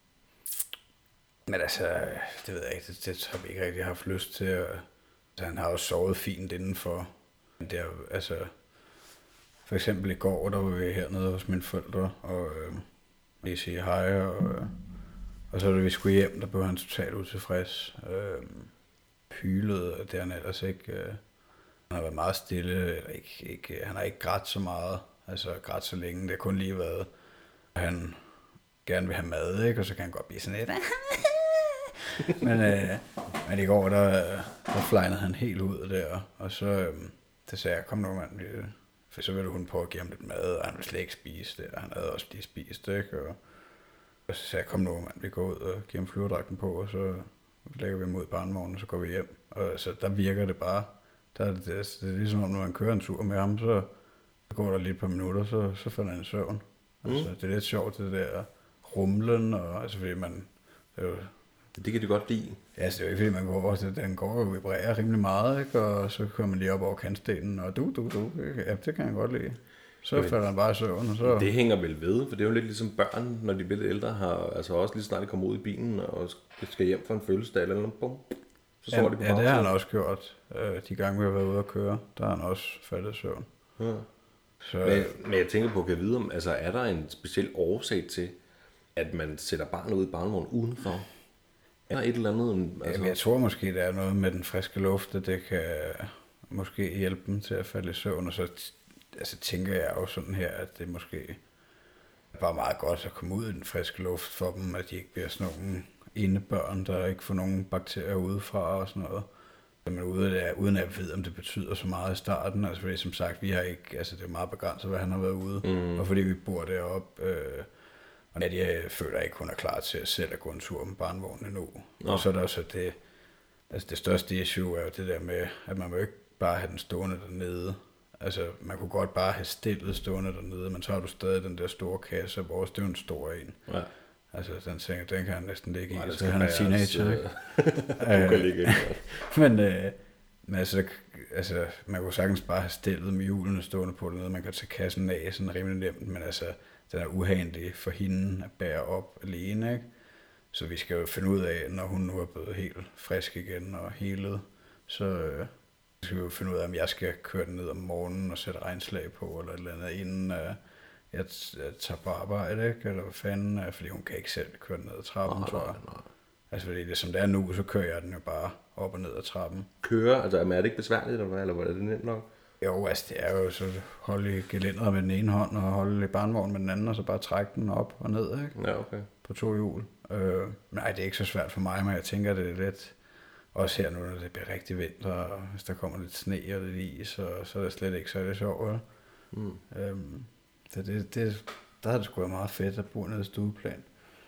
men altså, det ved jeg ikke, det, det har vi ikke rigtig haft lyst til. At, altså, han har jo sovet fint indenfor. Men det er altså... For eksempel i går, der var vi hernede hos mine forældre, og øh, lige sige hej, og, øh, og så da vi skulle hjem, der blev han totalt utilfreds. Øh, hylede, og det er han ellers ikke. Øh, han har været meget stille, eller ikke, ikke, han har ikke grædt så meget, altså grædt så længe, det har kun lige været, han gerne vil have mad, ikke? Og så kan han godt blive sådan lidt. men, øh, men i går, der, der flejnede han helt ud der, og så øh, der sagde jeg, kom nu mand, vi, for så ville hun på at give ham lidt mad, og han ville slet ikke spise det, og han havde også lige spist det, ikke? Og, og så sagde jeg, kom nu mand, vi går ud og giver ham flyverdragten på, og så lægger vi mod barnevognen, og så går vi hjem. Og så der virker det bare. Der er det, det, er, det er ligesom, når man kører en tur med ham, så går der lige et par minutter, så, så falder han i søvn. Mm. Altså, det er lidt sjovt, det der rumlen, og altså fordi man... Det, er jo, det kan du godt lide. Ja, altså, det er jo ikke fordi, man går over, så den går og vibrerer rimelig meget, ikke? Og så kører man lige op over kantstenen, og du, du, du, ikke? Ja, det kan jeg godt lide. Så men, falder han bare i søvn, og så... Det hænger vel ved, for det er jo lidt ligesom børn, når de bliver lidt ældre, har altså også lige snart de kommer ud i bilen, og skal hjem fra en fødselsdag eller noget, bum, så sover ja, de på ja, det har han også gjort. De gange, vi har været ude at køre, der har han også faldet i søvn. Ja. Så... Men, men jeg tænker på, kan jeg vide om, altså er der en speciel årsag til, at man sætter barnet ud i barnevognen udenfor? Er der et eller andet? Altså... Jamen, jeg tror måske, der er noget med den friske luft, at det kan måske hjælpe dem til at falde i søvn, og så altså, tænker jeg jo sådan her, at det måske er bare meget godt at komme ud i den friske luft for dem, at de ikke bliver sådan nogle indebørn, der ikke får nogen bakterier udefra og sådan noget. Men ude af, uden at vide, om det betyder så meget i starten, altså fordi som sagt, vi har ikke, altså det er meget begrænset, hvad han har været ude, mm. og fordi vi bor deroppe, øh, og Nadia føler ikke, hun er klar til at selv at gå en tur med barnevognen endnu. Nå. Og så er der så det, altså det største issue er jo det der med, at man må ikke bare have den stående dernede. Altså, man kunne godt bare have stillet stående dernede, men så har du stadig den der store kasse, hvor vores det er en stor en. Ja. Altså, den tænker, den kan han næsten ligge i, så han er teenager, ikke? Du kan ligge i. Men, øh, men altså, altså, man kunne sagtens bare have stillet med hjulene stående på dernede, man kan tage kassen af sådan rimelig nemt, men altså, den er uhandig for hende at bære op alene, ikke? Så vi skal jo finde ud af, når hun nu er blevet helt frisk igen og helet, så... Øh, Så skal vi jo finde ud af, om jeg skal køre den ned om morgenen og sætte regnslag på, eller et eller andet, inden uh, jeg, t- jeg tager på arbejde, ikke? Eller hvad fanden, uh, fordi hun kan ikke selv køre den ned ad trappen, oh, tror jeg. Nej, nej. Altså, fordi det, som det er nu, så kører jeg den jo bare op og ned ad trappen. Køre? Altså, er det ikke besværligt, eller hvad? Eller hvad er det nemt nok? Jo, altså, det er jo så holde i gelænderet med den ene hånd, og holde i barnevognen med den anden, og så bare trække den op og ned, ikke? Ja, okay. På to hjul. Uh, nej, det er ikke så svært for mig, men jeg tænker, det er lidt... Også her nu, når det bliver rigtig vinter, og hvis der kommer lidt sne og lidt is, så, så er det slet ikke så det sjovt, vel? Mm. Øhm, det, det, det, der har det sgu været meget fedt at bo nede i stueplan.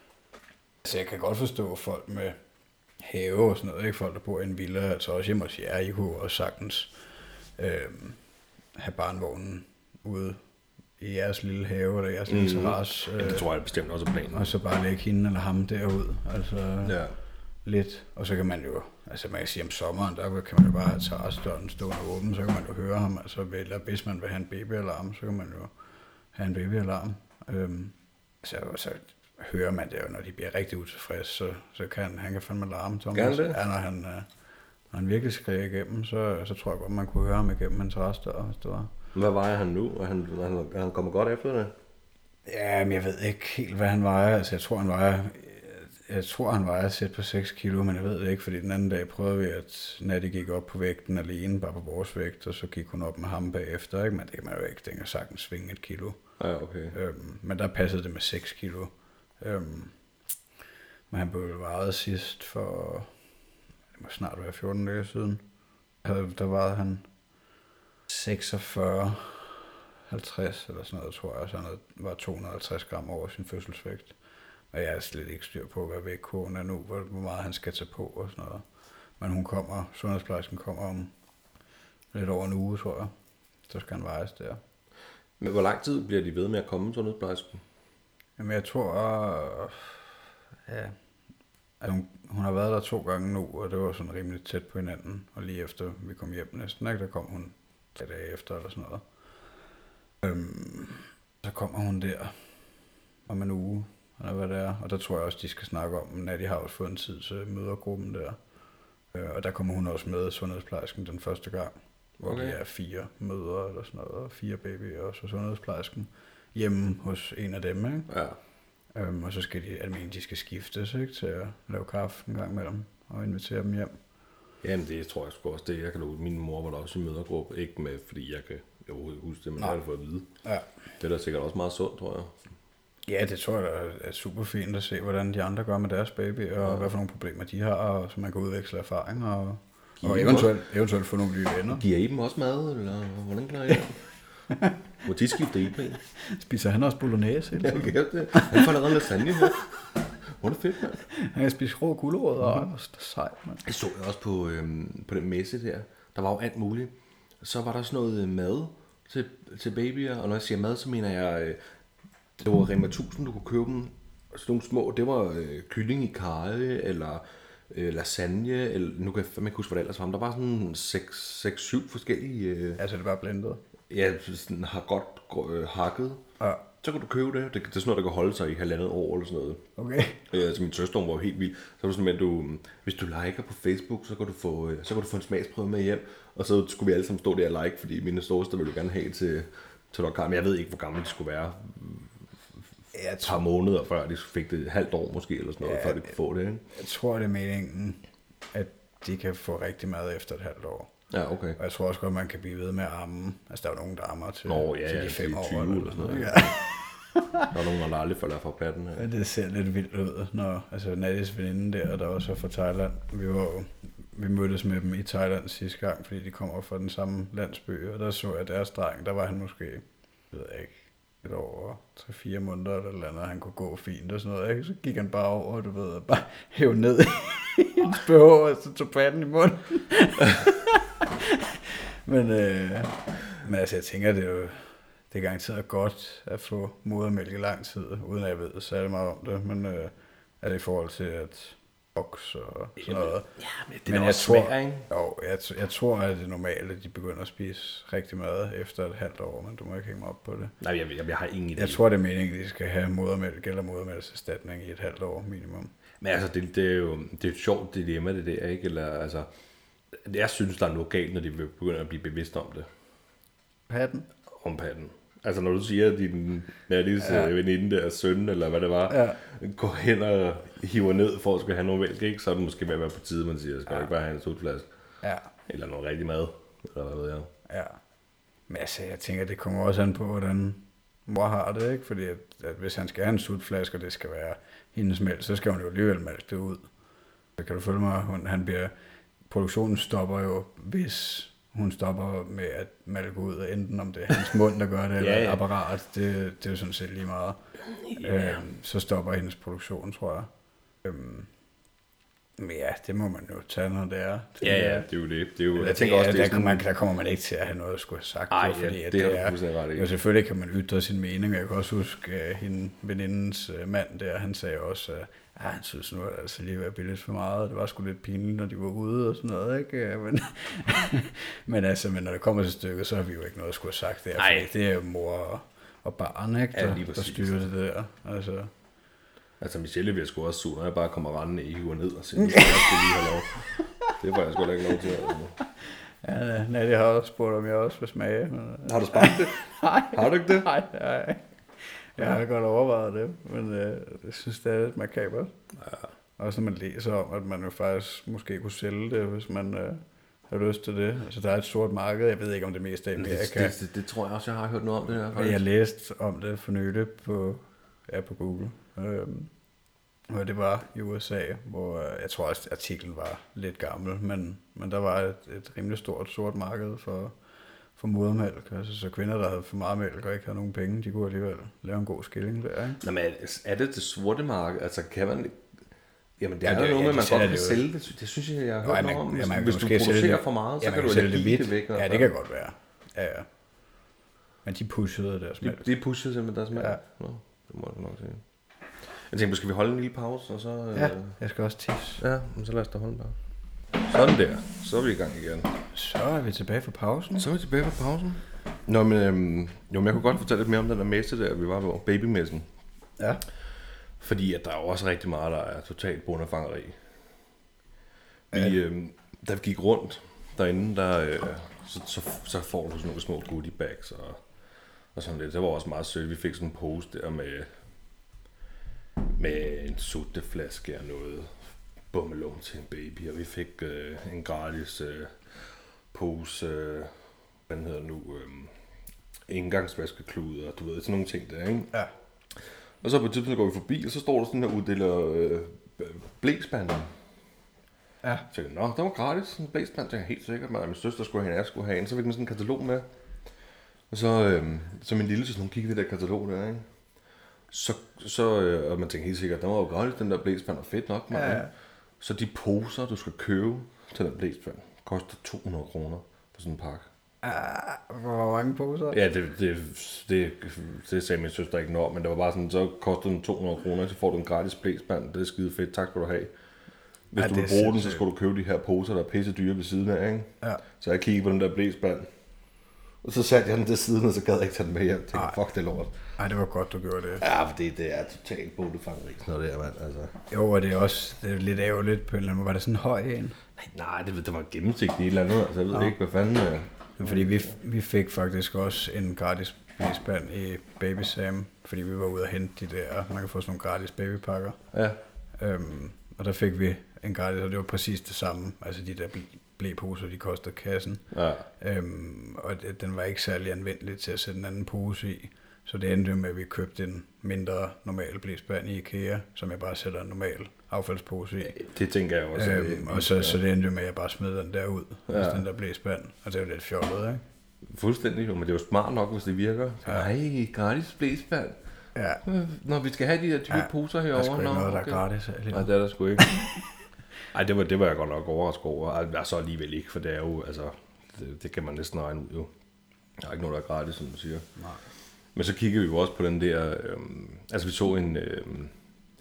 Så jeg kan godt forstå folk med have og sådan noget, ikke? Folk, der bor i en villa, altså også hjemme hos jer, I kunne også sagtens øhm, have barnevognen ude i jeres lille have, eller jeres lille mm. terrasse. Øh, ja, det tror jeg bestemt også er planen. Og så bare lægge hende eller ham derud, altså... Ja. Lidt, og så kan man jo, altså man kan sige om sommeren, der kan man jo bare have terrassedøren stående åben, så kan man jo høre ham, altså eller hvis man vil have en babyalarm, så kan man jo have en babyalarm. Øhm, så, så hører man det jo, når de bliver rigtig utilfredse, så, så kan han, han kan fandme larme, Thomas. Ja, når han, når han virkelig skriger igennem, så, så tror jeg godt, man kunne høre ham igennem en terrassedør, hvis det var. Hvad vejer han nu? Er han, er han, er han kommer godt efter det? Ja, men jeg ved ikke helt, hvad han vejer, altså jeg tror, han vejer... Jeg tror, han vejer sæt på seks kilo, men jeg ved det ikke, fordi den anden dag prøvede vi, at Natty gik op på vægten alene, bare på vores vægt, og så gik hun op med ham bagefter, ikke? Men det kan man jo ikke, den kan sagtens svinge et kilo. Ja, okay. Øhm, men der passede det med seks kilo. Øhm, men han blev vejet sidst for, det må snart være fjorten dage siden. Der vejede han seksogfyrre, halvtreds eller sådan noget, tror jeg, så han var to hundrede og halvtreds gram over sin fødselsvægt. Og jeg er slet ikke styr på, hvad vægtkurven er nu, hvor meget han skal tage på og sådan noget. Men hun kommer, sundhedsplejersken kommer om lidt over en uge, tror jeg. Så skal han vejes der. Men hvor lang tid bliver de ved med at komme, sundhedsplejersken? Jamen jeg tror, øh, ja, at hun, hun har været der to gange nu, og det var sådan rimelig tæt på hinanden. Og lige efter vi kom hjem næsten, ikke, der kom hun tre dage efter eller sådan noget. Øhm, så kommer hun der om en uge, eller hvad det er. Og der tror jeg også, de skal snakke om, at de har også fået en tid til mødergruppen der. Øh, og der kommer hun også med, sundhedsplejersken, den første gang. Hvor okay. de er fire mødre eller sådan noget, og fire babyer og så sundhedsplejersken hjemme hos en af dem, ikke? Ja. Øhm, og så skal de, almindeligt, de skal skiftes, ikke, til at lave kaffe en gang med dem og invitere dem hjem. Jamen det tror jeg sgu også, det jeg kan lukke. Min mor var der også i mødergruppe, ikke med, fordi jeg kan jeg overhovedet huske det, men jeg har det fået at vide. Ja. Det er da sikkert også meget sundt, tror jeg. Ja, det tror jeg er super fint at se, hvordan de andre gør med deres baby, og ja. hvad for nogle problemer de har, og så man kan udveksle erfaringer, og, og eventuelt, eventuelt få nogle nye venner. Giver I dem også mad, eller hvordan klarer I det? Må de skifte i på? Spiser han også bolognese? Eller? Ja, okay, det. Han får allerede lasagne her. Hvor er det fedt, mand. Han kan spise rå gulerødder, og mm-hmm. det er sejt, mand. Jeg så også på, øhm, på den messe der. Der var jo alt muligt. Så var der sådan noget mad til, til babyer, og når jeg siger mad, så mener jeg, øh, det var Rema tusind, du kunne købe dem. Sådan nogle små, det var øh, kylling i karry, eller øh, lasagne, eller nu kan jeg, man kan huske, hvad det ellers var. Der var sådan seks syv forskellige... Øh, altså det var blendet? Ja, sådan har godt øh, hakket. Ja. Så kan du købe det. det. Det er sådan noget, der kan holde sig i halvandet år eller sådan noget. Okay. Ja, altså min søster var jo helt vild. Så var det sådan, at du, hvis du liker på Facebook, så kan du få, så kan du få en smagsprøve med hjem. Og så skulle vi alle sammen stå der og like, fordi mine storesøster ville jo gerne have til, til lokal. Men jeg ved ikke, hvor gamle de skulle være. Et par måneder før de fik det, et halvt år måske, eller sådan noget, ja, før de kunne få det. Ikke? Jeg tror, det er meningen, at de kan få rigtig mad efter et halvt år. Ja, okay. Og jeg tror også godt, man kan blive ved med at amme. Altså, der er jo nogen, der ammer til, Nå, ja, til de fem ja, år. tyve eller sådan noget. Ja. Der er nogen, der aldrig falder fra patten. Ja. Ja, det ser lidt vildt ud, når altså, Nadis veninde der, der også er fra Thailand. Vi, var jo, vi mødtes med dem i Thailand sidste gang, fordi de kommer fra den samme landsby. Og der så jeg deres dreng, der var han måske, ved jeg ikke, et år, tre fire måneder eller eller andet, og han kunne gå fint og sådan noget, ikke? Så gik han bare over, du ved, og bare hæv ned i hans B H, og så tog patten i munden. men, øh, men altså, jeg tænker, det er jo, det er garanteret godt at få modermælk i lang tid, uden at jeg ved særlig meget om det, men øh, er det i forhold til at vokse og sådan noget. Ja, men det er men også smager, ikke? Jo, jeg, jeg tror, at det er normalt, at de begynder at spise rigtig mad efter et halvt år, men du må ikke hænge mig op på det. Nej, jeg, jeg, jeg har ingen idé. Jeg tror, det er meningen, at de skal have modermælk eller modermælkserstatning i et halvt år minimum. Men altså, det, det er jo det er et sjovt dilemma, det der, ikke? Eller, altså, jeg synes, der er noget galt, når de begynder at blive bevidst om det. Patten? Om patten. Altså, når du siger, at din Nadis ja. veninde der søn, eller hvad det var, ja. går hen og hiver ned for at skulle have noget mælk, ikke? Så er det måske ved at være på tide, man siger, skal ja. ikke bare have en sutflaske? Ja. Eller noget rigtig mad, eller hvad ved jeg. Ja. Men altså, jeg tænker, det kommer også an på, hvordan mor har det, ikke? Fordi at, at hvis han skal have en sutflaske, og det skal være hendes mælk, så skal hun jo alligevel mælke det ud. Så kan du følge mig, han bliver, produktionen stopper jo, hvis hun stopper med at malke ud, enten om det er hans mund, der gør det, eller ja, ja. apparat, det, det er jo sådan set lige meget. Ja. Øhm, så stopper hendes produktion, tror jeg. Øhm, men ja, det må man jo tage, når det er. Det ja, ja, det er jo det. det er jo, jeg tænker også, det er der, sådan... man, der kommer man ikke til at have noget at skulle have sagt. Ej, på, fordi ja, at det, det er det er jo selvfølgelig kan man ytre sin mening, og jeg kan også huske, at hende, venindens mand der, han sagde også, at ja, han synes nu, at det altså lige var billigt for meget, det var sgu lidt pinligt, når de var ude og sådan noget, ikke? Men, men altså, men når det kommer til stykket, så har vi jo ikke noget at skulle have sagt der, fordi det er jo mor og, og barn, ikke? Der, ja, der styrer det der, altså... Altså Michelle bliver sgu også sur, når jeg bare kommer rendende i hiver ned og siger, at jeg skal lige have lov. Det får jeg sgu da ikke lov til. Altså. Ja, nej, det har jeg også spurgt, om jeg også vil smage. Men... Har du smagt det? Nej. Har du ikke det? Nej, nej. Jeg har godt overvejet det, men øh, jeg synes, det er lidt makabert. Ja. Også når man læser om, at man jo faktisk måske kunne sælge det, hvis man øh, har lyst til det. Altså, der er et stort marked. Jeg ved ikke, om det meste af Amerika. Det, det, det, det tror jeg også, jeg har hørt noget om det der. Jeg har læst om det for nylig på, ja, på Google. Øhm, og det var i U S A, hvor jeg tror også, at artiklen var lidt gammel, men, men der var et, et rimelig stort sort marked for, for modermælk. Altså, så kvinder, der havde for meget mælk og ikke havde nogen penge, de kunne alligevel lave en god skilling der, ikke? Nå, men er det det sorte marked? Altså, kan man... Jamen, det er ja, jo det, noget med, ja, man godt kan det sælge det. Det synes jeg, jeg har hørt noget om. Hvis, ja, hvis du producerer for meget, så ja, kan du sælge det give vidt. det væk. Ja, det kan godt være. Ja, ja. Men de pushede deres mælk. De, de pushede simpelthen deres mælk? Ja. Nå, det må jeg nok sige. Jeg tænker, skal vi holde en lille pause, og så... Ja, jeg skal også tisse. Ja, men så lad os da holde en pause. Sådan der. Så er vi i gang igen. Så er vi tilbage fra pausen. Så er vi tilbage fra pausen. Nå, men, øhm, jo, men jeg kunne godt fortælle lidt mere om den der messe der, vi var på, babymessen. Ja. Fordi at der er jo også rigtig meget, der er totalt bondefangeri. Vi, Ja. øhm, da vi gik rundt derinde, der, øh, så, så, så får du sådan nogle små goodie bags og, og sådan lidt. Det var også meget sødt. Vi fik sådan en pose der med, med en sutteflaske og noget bummelum til en baby. Og vi fik øh, en gratis øh, pose, øh, hvad hedder nu, øh, engangsvaskekluder og du ved, sådan nogle ting der, ikke? Ja. Og så på et tidspunkt går vi forbi, og så står der sådan her uddeler øh, blæspanden. Ja. Så tænkte jeg, nå, der var gratis, sådan en blæspand, tænkte jeg helt sikkert, at min søster skulle have en, jeg skulle have en. Så fik den sådan en katalog med. Og så, øh, så min lille søster, hun kiggede det der katalog der, ikke? Så, så øh, og man tænkte helt sikkert, der var jo gratis, den der blæspand, og fedt nok, man. Ja. Så de poser, du skal købe til den blæspand, koster to hundrede kroner for sådan en pakke. Ah, hvor mange poser? Ja, det, det, det, det sagde min søster ikke noget, men det var bare sådan, så kostede den to hundrede kroner, så får du en gratis blæspand, det er skide fedt, tak skal du have. Hvis ja, du vil bruge den, så skal du købe de her poser, der er pisse dyre ved siden af, ikke? Ja. Så jeg kiggede på den der blæspand, og så satte jeg den til siden, og så gad jeg ikke tage den med hjem. Jeg tænkte, fuck det lort. Nej, det var godt, du gjorde det. Ja, for det, det er totalt bondefangeri, sådan noget der, mand. Altså. Jo, og det er også det er lidt ærgerligt på en eller anden måde. Var det sådan en høj en? Nej, nej, det, det var gennemsigtigt et eller andet, altså jeg ved ja. ikke, hvad fanden... Er. Fordi vi, vi fik faktisk også en gratis blæspand i Baby Sam, fordi vi var ude og hente de der, man kan få sådan nogle gratis babypakker. Ja. Øhm, og der fik vi en gratis, og det var præcis det samme. Altså de der blæposer, de kostede kassen. Ja. Øhm, og det, den var ikke særlig anvendelig til at sætte en anden pose i. Så det endte med, at vi købte en mindre normal blæspand i IKEA, som jeg bare sætter en normal affaldspose i. Det tænker jeg også. Øhm, og så, så det endte med, at jeg bare smed den der ud, ja. Hvis den der blæspand. Og det er jo lidt fjollet, ikke? Fuldstændig, men det er jo smart nok, hvis det virker. Ja. Nej, gratis blæspand. Ja. Når vi skal have de der dyre ja. poser herovre. Der er sgu ikke noget, der er gratis. Nej, det er der sgu ikke. Ej, det var, det var jeg godt nok overrasket over. Ej, så alligevel ikke, for det er jo, altså, det, det kan man næsten regne ud jo. Der er ikke noget, der er gratis, som du siger. Nej. Men så kiggede vi jo også på den der, øhm, altså vi så en, øhm,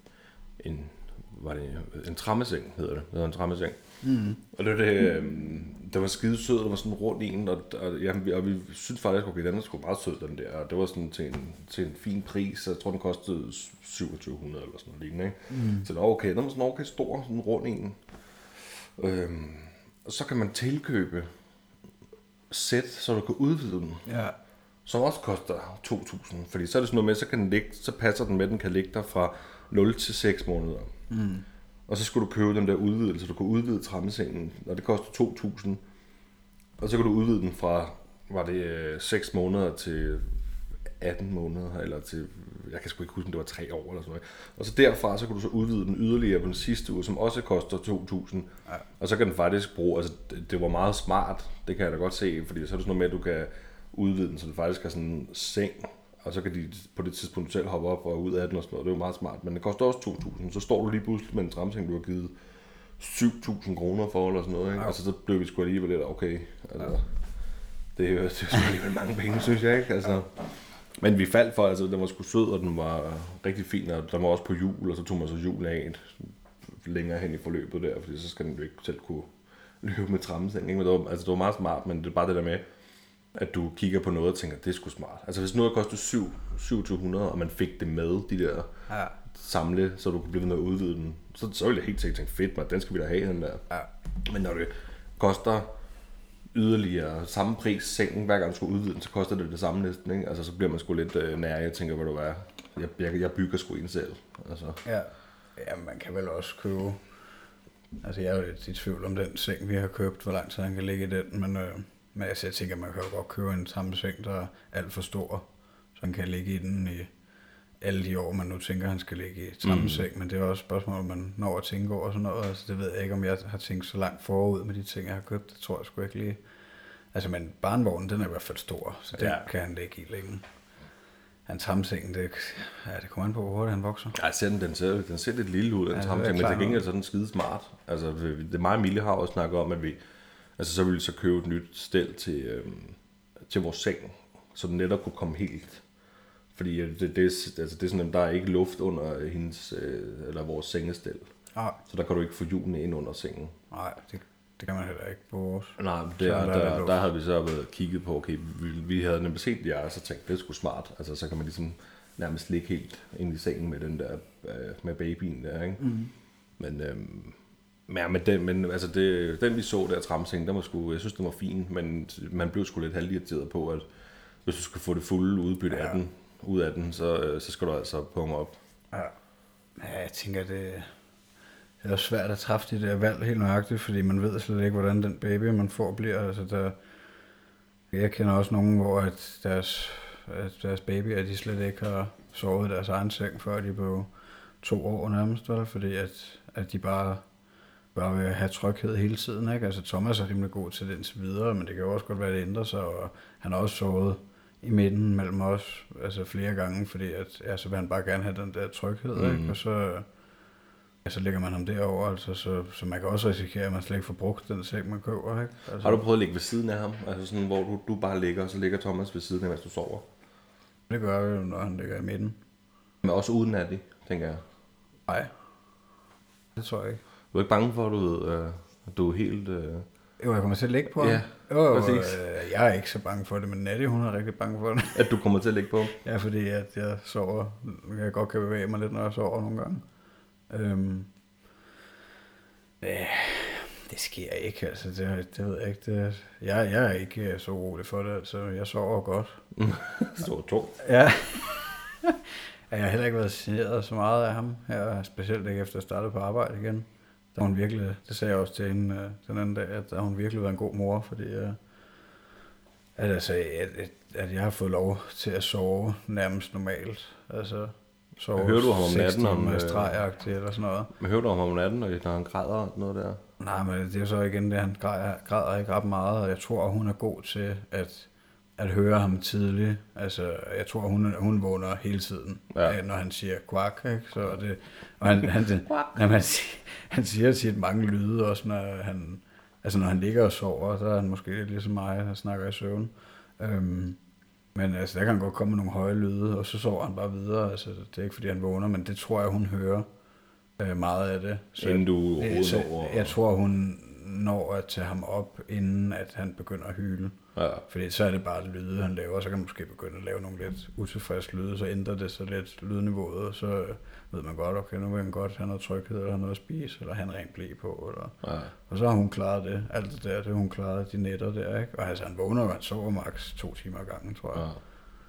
en, var det en trammeseng, hedder det, det hedder en trammeseng. Mm. Og det var det, øhm, der var skide sød, der var sådan rundt i en, og, og, ja, og vi synes faktisk, okay, den var sgu meget sød, den der, og det var sådan til en, til en fin pris, så jeg tror, den kostede syvogtyve hundrede eller sådan noget lignende, ikke? Mm. Så det var okay, den var sådan okay stor, sådan rundt i en. Øhm, og så kan man tilkøbe sæt, så du kan udvide den. Ja. Som også koster to tusind, fordi så er det sådan noget med, så kan den ligge, så passer den med, den kan ligge der fra nul til seks måneder. Mm. Og så skulle du købe den der udvidelse, så du kan udvide trammesengen, og det koster to tusind. Og så kan du udvide den fra, var det seks måneder til atten måneder, eller til, jeg kan sgu ikke huske, om det var tre år eller sådan noget. Og så derfra, så kan du så udvide den yderligere på den sidste uge, som også koster to tusind. Ja. Og så kan den faktisk bruge, altså det, det var meget smart, det kan jeg da godt se, fordi så er det sådan noget med, at du kan udvide den, så det faktisk er sådan en seng, og så kan de på det tidspunkt selv hoppe op og ud af den og sådan noget. Det er jo meget smart, men det koster også to tusind. Så står du lige pludselig med en tramseng, du har givet syv tusind kroner for, eller sådan noget, ikke? Ja. Altså så blev vi sgu alligevel lidt okay. Altså, ja. Det er jo det er alligevel mange penge, synes jeg, ikke? Altså, men vi faldt for, altså den var sgu sød, og den var rigtig fin, og der var også på jul, og så tog man så jul af længere hen i forløbet der, fordi så skal den jo ikke selv kunne løbe med trammeseng, ikke? Men det var, altså det var meget smart, men det er bare det der med, at du kigger på noget og tænker, det er sgu smart. Altså hvis noget koster syv tusind hundrede, og man fik det med, de der ja. samle, så du kunne blive ved med at udvide den, så, så ville jeg helt sikkert tænke, fedt, man, den skal vi da have, den der. Ja. Men når det koster yderligere samme pris sengen, hver gang du skal udvide den, så koster det det samme næsten, ikke? Altså så bliver man sgu lidt øh, nær, jeg tænker, hvad du er. Jeg, jeg, jeg bygger sgu en selv. Altså. Ja. Ja, man kan vel også købe, altså jeg er jo lidt i tvivl om den seng, vi har købt, hvor lang tid han kan ligge i den, men... Øh... Men jeg tænker, at man kan jo godt købe en sammenseng, der er alt for stor, så han kan ligge i den i alle de år, man nu tænker, at han skal ligge i sammenseng. Mm. Men det er også et spørgsmål, om man når at tænke over sådan noget. Altså, det ved jeg ikke, om jeg har tænkt så langt forud med de ting, jeg har købt. Det tror jeg sgu ikke lige. Altså, men barnvognen, den er i hvert fald stor, så den Ja. kan han ligge i længe. Hans hamseng, det, ja, det kommer an på, hvor hurtigt han vokser. Ja, ser den, den, ser, den ser lidt lille ud, den Ja, ja, det er men klart til gengæld så er den skide smart. Altså, det er mig og Mille har også snakket om, at vi, altså så ville vi så købe et nyt stel til, øhm, til vores seng, så den netop kunne komme helt. Fordi det, det, det, altså, det er sådan, at der er ikke luft under hendes, øh, eller vores sengestel. Nej, Så der kan du ikke få hjulene ind under sengen. nej, det, det kan man heller ikke på vores. Nej, Så der, er der, der der, luft. der havde vi så været kigget på, okay, vi, vi havde nemlig set det, og så tænkte, det er sgu smart. Altså, så kan man ligesom nærmest ligge helt ind i sengen med den der, øh, med babyen der, ikke? Mm. Men, øhm, ja, men, den, men altså det, den vi så der, tramseng, den var sgu, jeg synes, den var fin, men man blev sgu lidt halvirriteret på, at hvis du skal få det fulde udbytte ja. af den, ud af den, så, så skal du altså punge op. Ja. Ja, jeg tænker, det, det er svært at træffe de der valg helt nøjagtigt, fordi man ved slet ikke, hvordan den baby, man får, bliver. Altså, der, jeg kender også nogen, hvor at deres, at deres baby, at de slet ikke har sovet i deres egen seng, før de blev to år nærmest, vel? Fordi at, at de bare, bare vil have tryghed hele tiden. Ikke? Altså, Thomas er rimelig god til det indtil videre, men det kan jo også godt være, at det ændrer sig, og han har også sovet i midten mellem os, altså flere gange, fordi at, ja, så vil han bare gerne have den der tryghed, mm. ikke? Og så, ja, så lægger man ham derover, altså, så, så man kan også risikere, at man slet ikke får brugt den seng, man køber, ikke? Altså, har du prøvet at ligge ved siden af ham? Altså sådan, hvor du, du bare ligger, og så ligger Thomas ved siden af, mens du sover? Det gør vi jo, når han ligger i midten. Men også uden af det, tænker jeg. Nej, det tror jeg ikke. Du er ikke bange for, at du, ved, øh, at du er helt... Øh... Jo, jeg kommer til at ligge på ham. Ja, jo, præcis. Øh, jeg er ikke så bange for det, men Natty, hun er rigtig bange for det. At du kommer til at ligge på ham? Ja, fordi at jeg sover, jeg godt kan bevæge mig lidt, når jeg sover nogle gange. Øhm, øh, det sker ikke, altså, det, det ved jeg ikke. Det, jeg, jeg er ikke så urolig for det, altså, jeg sover godt. Så tung. Ja. Jeg har heller ikke været generet så meget af ham her, specielt ikke efter at starte på arbejde igen. Der hun virkelig, det sagde jeg også til hende øh, den anden dag, at der hun virkelig været en god mor, fordi øh, at, altså, at, at, at jeg har fået lov til at sove nærmest normalt. Altså sove hører du ham om natten om øh... stregagtigt eller sådan noget. Men hører du ham om natten, når han græder og noget der? Nej, men det er jo så igen det, han græder, græder ikke ret meget, og jeg tror, hun er god til at at høre ham tidligt. Altså, jeg tror, hun, hun vågner hele tiden, ja. Når han siger kvak, ikke? Så det, og han, han, det, jamen, han, han siger tit mange lyde, også når han, altså, når han ligger og sover, så er han måske lidt ligesom mig, der snakker i søvn. Øhm, men altså, der kan godt komme nogle høje lyde, og så sover han bare videre. Altså, det er ikke, fordi han vågner, men det tror jeg, hun hører øh, meget af det. Så, inden du overhovedet over... Jeg tror, hun når at tage ham op, inden at han begynder at hyle. Ja. Fordi så er det bare lyde, han laver, og så kan man måske begynde at lave nogle lidt utilfredse lyde, så ændrer det så lidt lydniveauet, og så ved man godt, okay, nu vil han godt have noget tryghed, eller have noget at spise, eller have en ren blæ på, eller... Ja. Og så har hun klaret det, alt det der, det hun klaret, de nætter der, ikke? Og altså, han vågner, og han sover maks to timer ad gangen, tror jeg. Ja.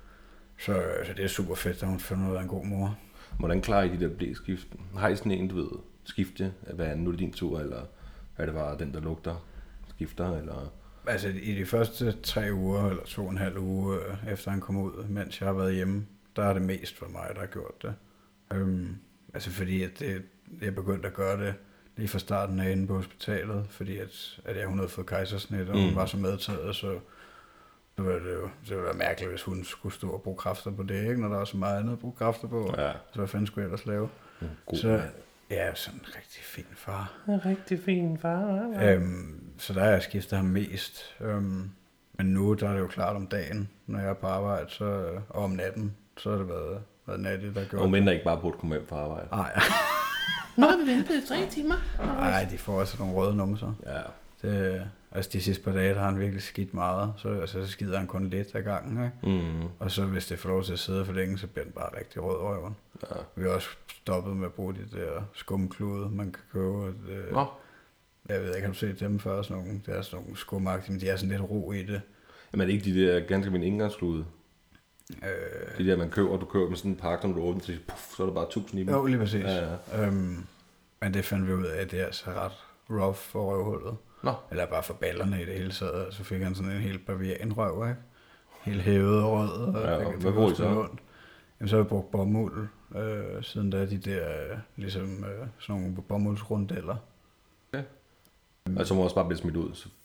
Så, så det er super fedt, at hun finder ud af en god mor. Hvordan klarer I de der blæskift? Har I sådan en, du ved, skifte, hvad er nu er det din tur, eller er det bare den, der lugter, skifter, eller... Altså i de første tre uger, eller to og en halv uge, øh, efter han kom ud, mens jeg har været hjemme, der er det mest for mig, der har gjort det. Øhm, altså fordi, at det, jeg begyndte at gøre det lige fra starten af inde på hospitalet, fordi at, at jeg, hun havde fået kejsersnit, og mm. hun var så medtaget, så, så var det jo det ville være mærkeligt, hvis hun skulle stå og bruge kræfter på det, ikke? Når der var så meget andet at bruge kræfter på. Ja. Så hvad fanden skulle jeg ellers lave? Mm, så ja, sådan en rigtig fin far. En rigtig fin far, ja. Øhm, så der har jeg skiftet ham mest. Øhm, men nu der er det jo klart om dagen, når jeg er på arbejde, så, og om natten, så har det været, været Natty, der gjorde og mænd er ikke bare på at komme hjem fra arbejde. Nej. Nu har vi ventet i tre timer. Nej, de får også nogle røde numser. Ja. Det, altså de sidste par dage, der har han virkelig skidt meget, så, altså, så skider han kun lidt af gangen, ikke? Mm. Og så hvis det får lov til at sidde for længe, så bliver den bare rigtig rød røven. Ja. Vi har også stoppet med at bruge de der skumklude, man kan købe. Det, Nå. Jeg ved ikke, har du set dem før? Sådan nogle, det er sådan nogle skumagtige, men de er sådan lidt ro i det. Jamen er det ikke de der ganske min indgangsklude? Øh... De der, man køber, du køber med sådan en pakke, som du åbner til, puff, så er der bare tusind i dem. Jo, lige præcis. Ja, ja. Øhm, men det fandt vi ud af, at det er altså ret rough for røvhullet. Nå. Eller bare for ballerne i det hele taget. Så fik han sådan en helt bavianrøv, ikke? Helt hævet og rød. Og ja, og hvad bruger I så? Jamen, så har vi brugt bomuld, øh, siden der de der, ligesom øh, sådan nogle bomuldsrundeller. Ja. Altså må også bare blive smidt ud,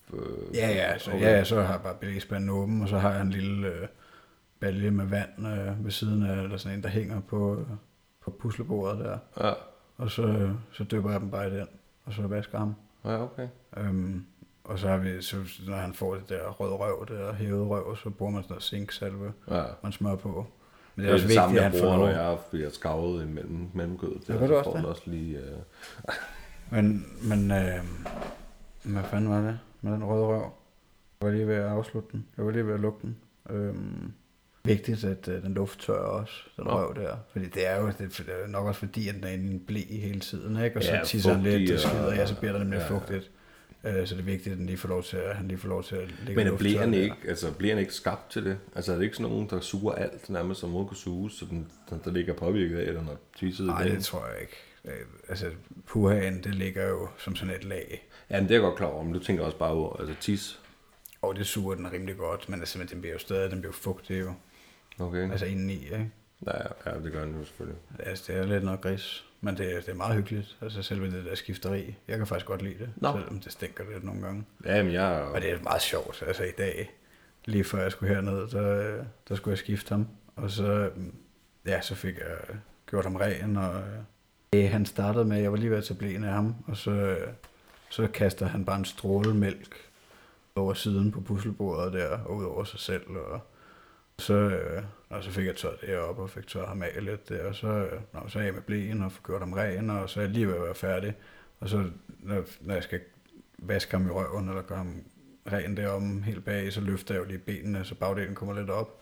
Øh, Ja, ja, så, okay. ja, ja, så har jeg bare belægspanden åben, og så har jeg en lille øh, balje med vand øh, ved siden af, eller sådan en, der hænger på, øh, på puslebordet der. Ja. Og så, øh, så dypper jeg dem bare i den, og så vasker ham. Ja, okay. Øhm, og så har vi, så, når han får det der røde røv, det der hævede røv, så bruger man sådan noget zinksalve, Ja. man smører på. Men Det er også vigtigt, samme, at jeg han får bruger, når lov. jeg bliver skavet imellem mellemgødet. Ja, gør du også får det? den også lige... Øh... Men, men øh, hvad fanden var det med den røde røv? Jeg var lige ved at afslutte den. Jeg var lige ved at lukke den. Øhm, vigtigt, at øh, den lufttørrer også, den Nå. røv der. Fordi det er jo det er nok også fordi, at den er inde i en blæ hele tiden, ikke? Og så Ja, tisser han lidt fugtig, og skider, og- ja, så bliver der nemlig ja, ja. fugtigt. Øh, så det er vigtigt, at den lige får lov til at, han lige får lov til at lægge Men er lufttørre blæren der. ikke, altså blæren ikke skabt til det? Altså er det ikke sådan nogen, der suger alt nærmest, som måde kan suge, så den, den der ligger påvirket af, eller når tisset Nej, i det tror jeg ikke. Øh, Altså, puhaen, det ligger jo som sådan et lag. Ja, men det er jeg godt klar over, men du tænker også bare over, altså tis. Og det suger den rimelig godt, men altså, den bliver jo stadig, den bliver jo fugtig jo. Okay. Altså indeni, ikke? Ja, ja, det gør den jo selvfølgelig. Altså, det er lidt noget gris, men det, er- det er meget hyggeligt. Altså, selve det der skifteri. Jeg kan faktisk godt lide det, Nå. selvom det stinker lidt nogle gange. Ja, men jeg... Og det er meget sjovt. Altså, i dag, lige før jeg skulle herned, der, der skulle jeg skifte ham. Og så, ja, så fik jeg gjort ham ren, og øh, han startede med, jeg var lige ved at tage blæen af ham, og så, øh, så kaster han bare en stråle mælk over siden på puslebordet der, og ud over sig selv, og så, øh, og så fik jeg tørret det op og fik tørret ham af lidt der, og så, øh, nå, så er jeg med blæen og får gjort ham ren, og så er jeg lige ved at være færdig. Og så, når, når jeg skal vaske ham i røven, eller gøre ham ren derom helt bag, så løfter jeg jo lige benene, så bagdelen kommer lidt op.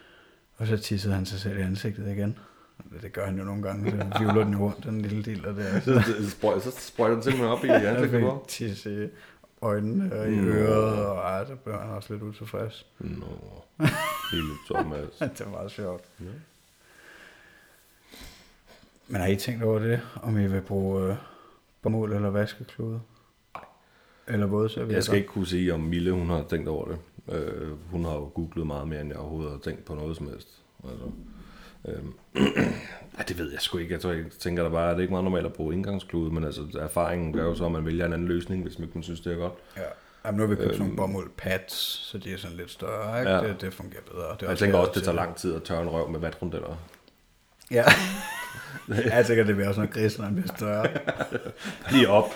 Og så tissede han sig selv i ansigtet igen. Det gør han jo nogle gange, så vivler den jo rundt, den lille del af det. Så, så, sprøj, så sprøjter den simpelthen op i ansigtet på? Jeg fik tisse i øjnene og i Nå. øret, og ej, der blev han også lidt utilfreds. Nå, lille Thomas. Det var meget sjovt. Ja. Men har I tænkt over det, om I vil bruge øh, bomuld eller vaskeklude? Eller vådservietter? Jeg skal ikke kunne sige, om Mille hun har tænkt over det. Øh, hun har jo googlet meget mere, end jeg overhovedet har tænkt på noget som helst. Altså, øhm, ja, det ved jeg sgu ikke. Jeg, tror, jeg tænker da bare, at det er ikke meget normalt at bruge indgangsklude, men altså, erfaringen gør jo så, at man vælger en anden løsning, hvis man ikke synes, det er godt. Ja. Jamen, nu har vi købt Øhm. sådan nogle bomuld pads, så de er sådan lidt større, ikke? Ja. Det, det fungerer bedre. Det er Jeg tænker også, det lavet tager til- lang tid at tørre en røv med vatrondeller. Ja. Jeg tænker, det bliver også noget gris, når den bliver større. Lige op.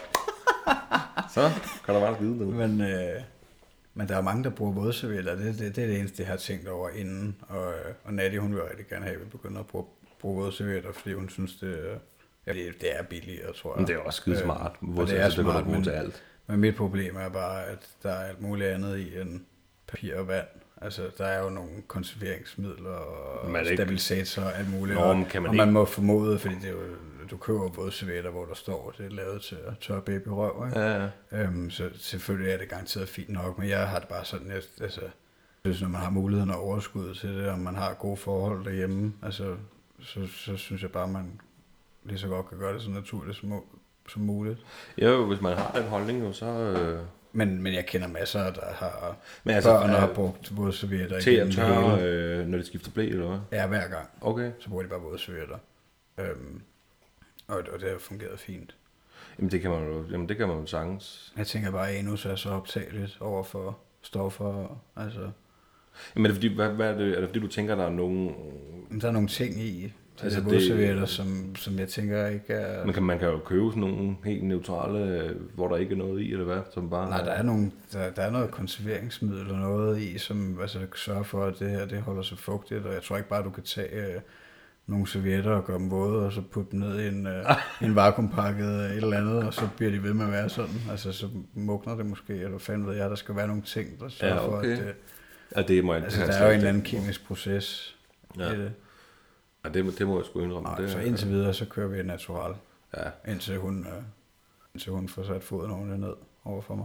Så kan der bare vide det. Men, øh, men der er mange, der bruger vådservietter. Det, det, det er det eneste, jeg har tænkt over inden. Og, øh, og Natty, hun vil rigtig gerne have, at vi begynder at bruge, bruge vådservietter, fordi hun synes, det, øh, ja, det, det er billigere, tror jeg. Men det er jo også skide smart. Øh, Hvor og det er det kan du smart, bruge men, til alt. men mit problem er bare, at der er alt muligt andet i end papir og vand. Altså, der er jo nogle konserveringsmidler og Men er det ikke- stabilisatorer og alt muligt. Nå, og, men kan man og ikke- man må formode, fordi det er jo, du køber vådservietter, hvor der står, det er lavet til at tørre babyrøv, ikke? Ja, ja. Øhm, så selvfølgelig er det garanteret fint nok, men jeg har det bare sådan, jeg, altså, jeg synes, når man har muligheden og overskud til det, og man har gode forhold derhjemme, altså, så, så synes jeg bare, man lige så godt kan gøre det så naturligt som, som muligt. Jo, hvis man har den holdning, jo, så... Øh... Men, men jeg kender masser, der har Men altså, altså, børn, der øh, har brugt vådservietter til at igennem tørre, hele- øh, når de skifter blæ, eller hvad? Ja, hver gang. Okay. Så bruger de bare vådservietter. Øhm, og, og det har fungeret fint. Jamen det kan man jo, jamen det kan man jo sagtens. Jeg tænker bare, at Anus er så optageligt over for stoffer, altså... Jamen er det fordi, hvad, hvad er, det, er det fordi, du tænker, der er nogen... Men der er nogle ting i til Altså, altså det- vådservietter, som, som jeg tænker ikke er... Man kan, man kan jo købe sådan nogle helt neutrale, øh, hvor der ikke er noget i, eller hvad? Som bare... Nej, der er, nogle, der, der er noget konserveringsmiddel eller noget i, som altså, sørger for, at det her det holder sig fugtigt, og jeg tror ikke bare, du kan tage øh, nogle servietter og gøre dem våde, og så putte dem ned i en, øh, i en vakuumpakket eller et eller andet, og så bliver de ved med at være sådan. Altså, så mugner det måske, eller hvad fanden ved jeg, der skal være nogle ting, der sørger Ja, okay. for, at... Øh, Ja, det må jeg altså, der er jo en eller anden kemisk proces Ja. i det. Ja, det, må- det må jeg sgu indrømme. Nej, det, så indtil videre, så kører vi natural. Ja, Indtil hun, øh, indtil hun får sat foden ordentligt ned over for mig.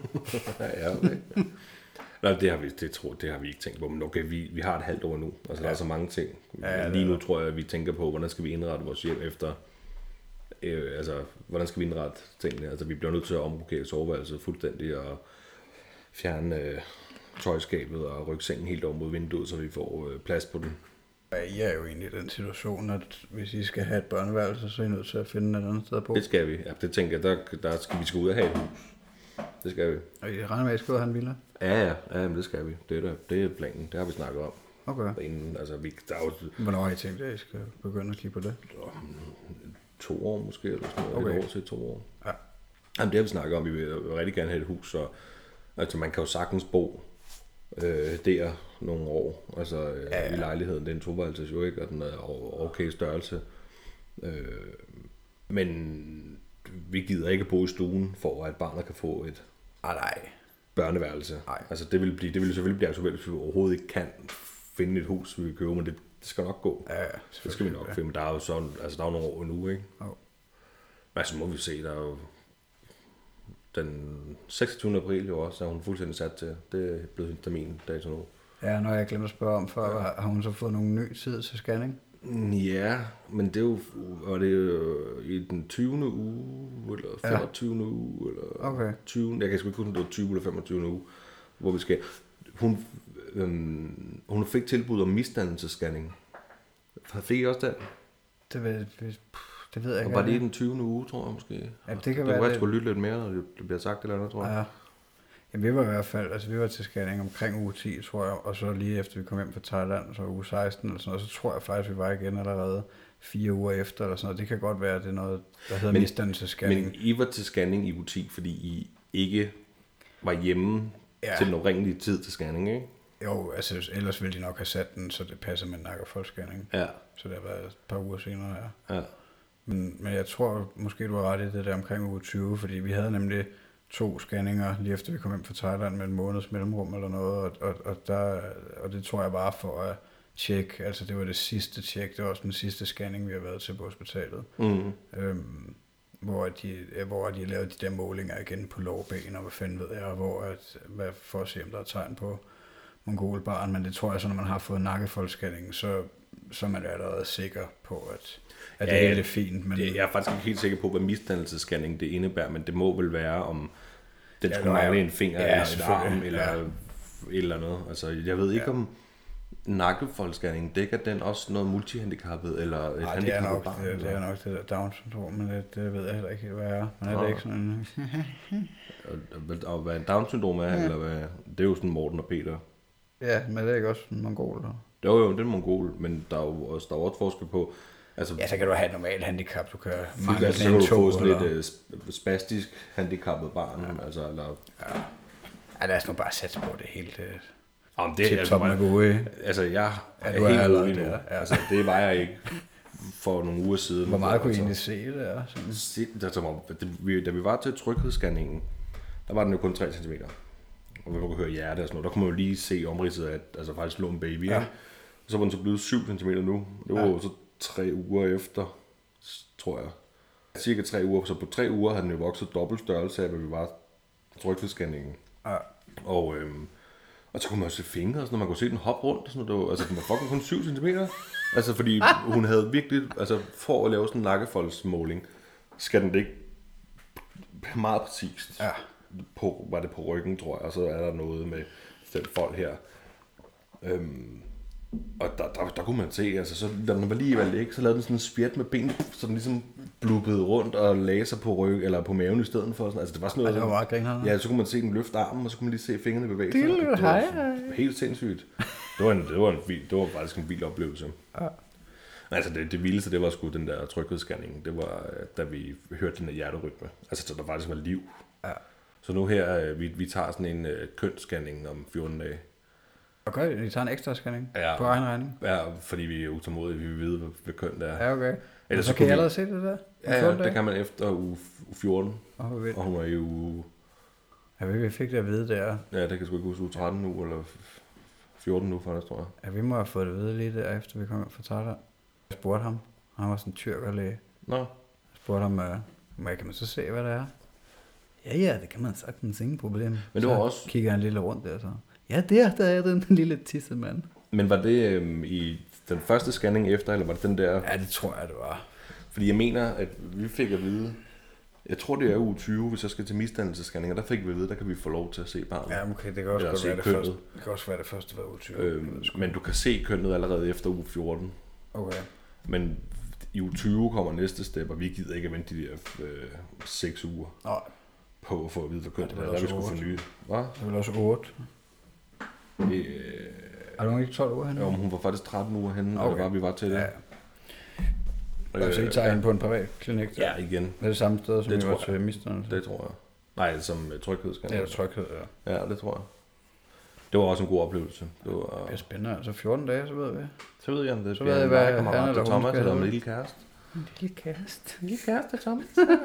ja, ja, okay. Nej, det har vi, det, tror, det har vi ikke tænkt på, men okay, vi, vi har et halvt år nu. Altså, ja. Der er så mange ting. Ja, Ja, det Lige er nu der. tror jeg, at vi tænker på, hvordan skal vi indrette vores hjem efter... Øh, altså, hvordan skal vi indrette tingene? Altså, vi bliver nødt til at omrokere soveværelset fuldstændig og fjerne øh, tøjskabet og rykke sengen helt over mod vinduet, så vi får øh, plads på den. Ja, I er jo egentlig i den situation, at hvis I skal have et børneværelse, så er I nødt til at finde et andet sted at bo. Det skal vi. Ja, det tænker jeg, der, der skal vi skal ud og have et hus. det skal vi. Og jeg regner med, at I skal ud og have en villa? Ja, ja, ja men det skal vi. Det er, der, det er planen. Det har vi snakket om. Okay. Inden, altså, vi, der er jo, Hvornår har I tænkt, at I skal begynde at kigge på det? to år måske, eller sådan noget. Okay. Et år til to år. Ja. Jamen, det har vi snakket om. Vi vil rigtig gerne have et hus, så altså, man kan jo sagtens bo øh, der nogle år. Altså, øh, ja, ja. I lejligheden. Det er en toværelses jo ikke, og den er okay størrelse. Øh, men vi gider ikke bo i stuen, for at barnet kan få et ah, nej. børneværelse. Nej. Altså, det vil, blive, det vil selvfølgelig blive aktuelt, hvis vi overhovedet ikke kan finde et hus, vi vil købe, men det, det skal nok gå. Ja, ja, det skal vi nok finde, men der er jo sådan, altså der er jo nogle år nu, ikke? Oh. Men så må vi se, der er jo den seksogtyvende april jo også, er hun fuldstændig sat til. Det er blevet termin dato nu. Ja, når jeg glemte at spørge om før, ja. Har hun så fået nogle ny tid til scanning? Ja, men det er jo, var det jo i den tyvende uge, eller femogtyvende ja. uge, eller okay. tyvende, jeg kan sgu ikke huske, om det var tyvende eller femogtyvende uge, hvor vi skal. Hun, øhm, hun fik tilbud om misdannelsesscanning. Fik I også den? Det ved, det ved jeg ikke. Og var det i den tyvende uge, tror jeg måske? Ja, det kan det være det. Det skulle lytte lidt mere, når det bliver sagt eller andet, tror jeg. Ja. Jamen, vi var i hvert fald, altså vi var til scanning omkring uge ti, tror jeg, og så lige efter vi kom hjem fra Thailand, så uge seksten eller sådan noget, så tror jeg faktisk, vi var igen allerede fire uger efter eller sådan noget. Det kan godt være, at det er noget, der hedder misdannelsesscanning. Men I var til scanning i uge ti, fordi I ikke var hjemme ja. til den oprindelige tid til scanning, ikke? Jo, altså ellers ville de nok have sat den, så det passer med nakkerfoldscanning. Ja. Så det har været et par uger senere, ja. ja. Men, men jeg tror måske, du har ret i det der omkring uge tyve, fordi vi havde nemlig to scanninger, lige efter vi kom hjem fra Thailand med en måneds mellemrum eller noget, og, og, og, der, og det tror jeg bare for at tjekke, altså det var det sidste tjek, det var også den sidste scanning, vi har været til på hospitalet, mm. øhm, hvor, de, hvor de lavede de der målinger igen på lårben, og hvad fanden ved jeg, og hvor at, hvad, for at se, om der er tegn på mongolbarn, men det tror jeg så, når man har fået nakkefoldsscanning, så, så er man allerede sikker på, at, at ja, det hele er fint. Men det, jeg er faktisk ikke helt sikker på, hvad misdannelsesscanning det indebærer, men det må vel være, om den ja, skulle mangle en finger, ja, eller et arm, eller ja. et eller andet. Altså, jeg ved ikke, ja. om nakkefoldsscanning, dækker den også noget multihandicappet, eller et Nej, handicappet det er nok, barn? Det, det er nok det der Down-syndrom, men det, det ved jeg heller ikke, hvad er. Men er ja. det ikke sådan og, og hvad Down-syndrom er, ja. eller hvad? Det er jo sådan Morten og Peter. Ja, men det er ikke også en mongol, eller? Jo, jo, det er en mongol, men der er jo også, der er også forskel på. Altså, ja, så kan du have et normalt handicap, du kan mangle altså, en to, få sådan eller... et uh, spastisk handicappet barn, ja. altså, eller... Ja. ja, lad os nu bare sætte på det helt uh, Om det er altså, man, gode. Altså, jeg ja, er helt er ude nu. Ja. Altså, det var jeg ikke for nogle uger siden. Hvor meget altså, kunne I egentlig se det er? Sådan. Det, det, da vi var til tryghedsscanningen, der var den jo kun tre centimeter. Og man kunne høre hjerte og sådan noget. Der kunne man jo lige se omridset af, at altså faktisk lå en baby. Ja. Og så var den så blevet syv centimeter nu. Det var ja. jo så tre uger efter, tror jeg. Cirka tre uger. Så på tre uger havde den jo vokset dobbelt størrelse af, hvad vi var tryghedsscanningen. Ja. Og, øhm, og så kunne man jo se fingre og sådan noget. Man kunne se den hoppe rundt og sådan noget. Altså den var fucking kun syv centimeter. Altså fordi hun havde virkelig, altså for at lave sådan en nakkefoldsmåling, skal den ikke meget præcist. Ja. På, var det på ryggen, tror jeg, og så er der noget med den fold her. Øhm, og der, der, der kunne man se, altså så, da den var lige ved at lægge, så lavede den sådan en spjæt med benet, så den ligesom blubbede rundt og lagde sig på ryg, eller på maven i stedet for. Sådan. Altså det var sådan noget. Det var meget grinerne. Ja, så kunne man se den løfte armen, og så kunne man lige se fingrene bevæge sig. Det var helt sindssygt. Det var, en, det, var en vild, det var faktisk en vild oplevelse. Ja. Altså det, det vildeste, det var sgu den der tryghedsscanning. Det var, da vi hørte den der hjerterytme. Altså så der faktisk var liv. Ja. Så nu her, vi, vi tager sådan en uh, kønsscanning om fjorten dage. Okay, vi tager en ekstra scanning ja, på egen regning? Ja, fordi vi er utålmodige, vi vil vide, hvad, hvad køn det er. Ja, okay. Ellers så, så kan jeg allerede se det der? Ja, ja, det kan man efter uge fjorten, oh, og hun er i uge... Ja, vi fik det at vide der. Ja, det kan sgu ikke huske uge tretten nu, eller fjorten nu faktisk, tror jeg. Ja, vi må have fået det at vide lige der, efter vi kom fra Thailand. Jeg spurgte ham, han var sådan en tyrkerlæge. Nå. Jeg spurgte ham, uh, kan man så se, hvad det er? Ja, ja, det kan man sagtens, ingen problem. Men det var så også... kigger han lille rundt der, så... Ja, der, der er den lille tissemand. Men var det øhm, i den første scanning efter, eller var det den der... Ja, det tror jeg, det var. Fordi jeg mener, at vi fik at vide... Jeg tror, det er uge tyve, hvis jeg skal til misdannelsesscanning, og der fik vi at vide, der kan vi få lov til at se barnet. Ja, okay, det kan også godt være det første. Det kan også være det første, var uge tyve. Øhm, men du kan se kønnet allerede efter uge fjorten. Okay. Men i uge tyve kommer næste step, og vi gider ikke at vente de der øh, seks uger. Nej. på at få at vide, hvor kønt Ja, det det var, var da vi også skulle otte. forny. Hvad? Det er vel også otte. Øh, Er du ikke tolv uger henne? jo, men hun var faktisk tretten uger henne, okay. Og det var, vi var til det. Ja. Øh, så I tager ja. ind på en privat klinik? Der. Ja, igen. Det er det samme sted, som Det vi var tror til misdannelse? Det tror jeg. Nej, som tryghedsscanner. Ja, tryghed, ja. Ja, det tror jeg. Det var også en god oplevelse. Det var... Det er spændende. Altså fjorten dage, så ved vi. Så ved jeg, om det så ved jeg, hvad han eller hun Thomas skal eller have. en lille kæreste. En lille kæreste. En lille kæreste, Thomas.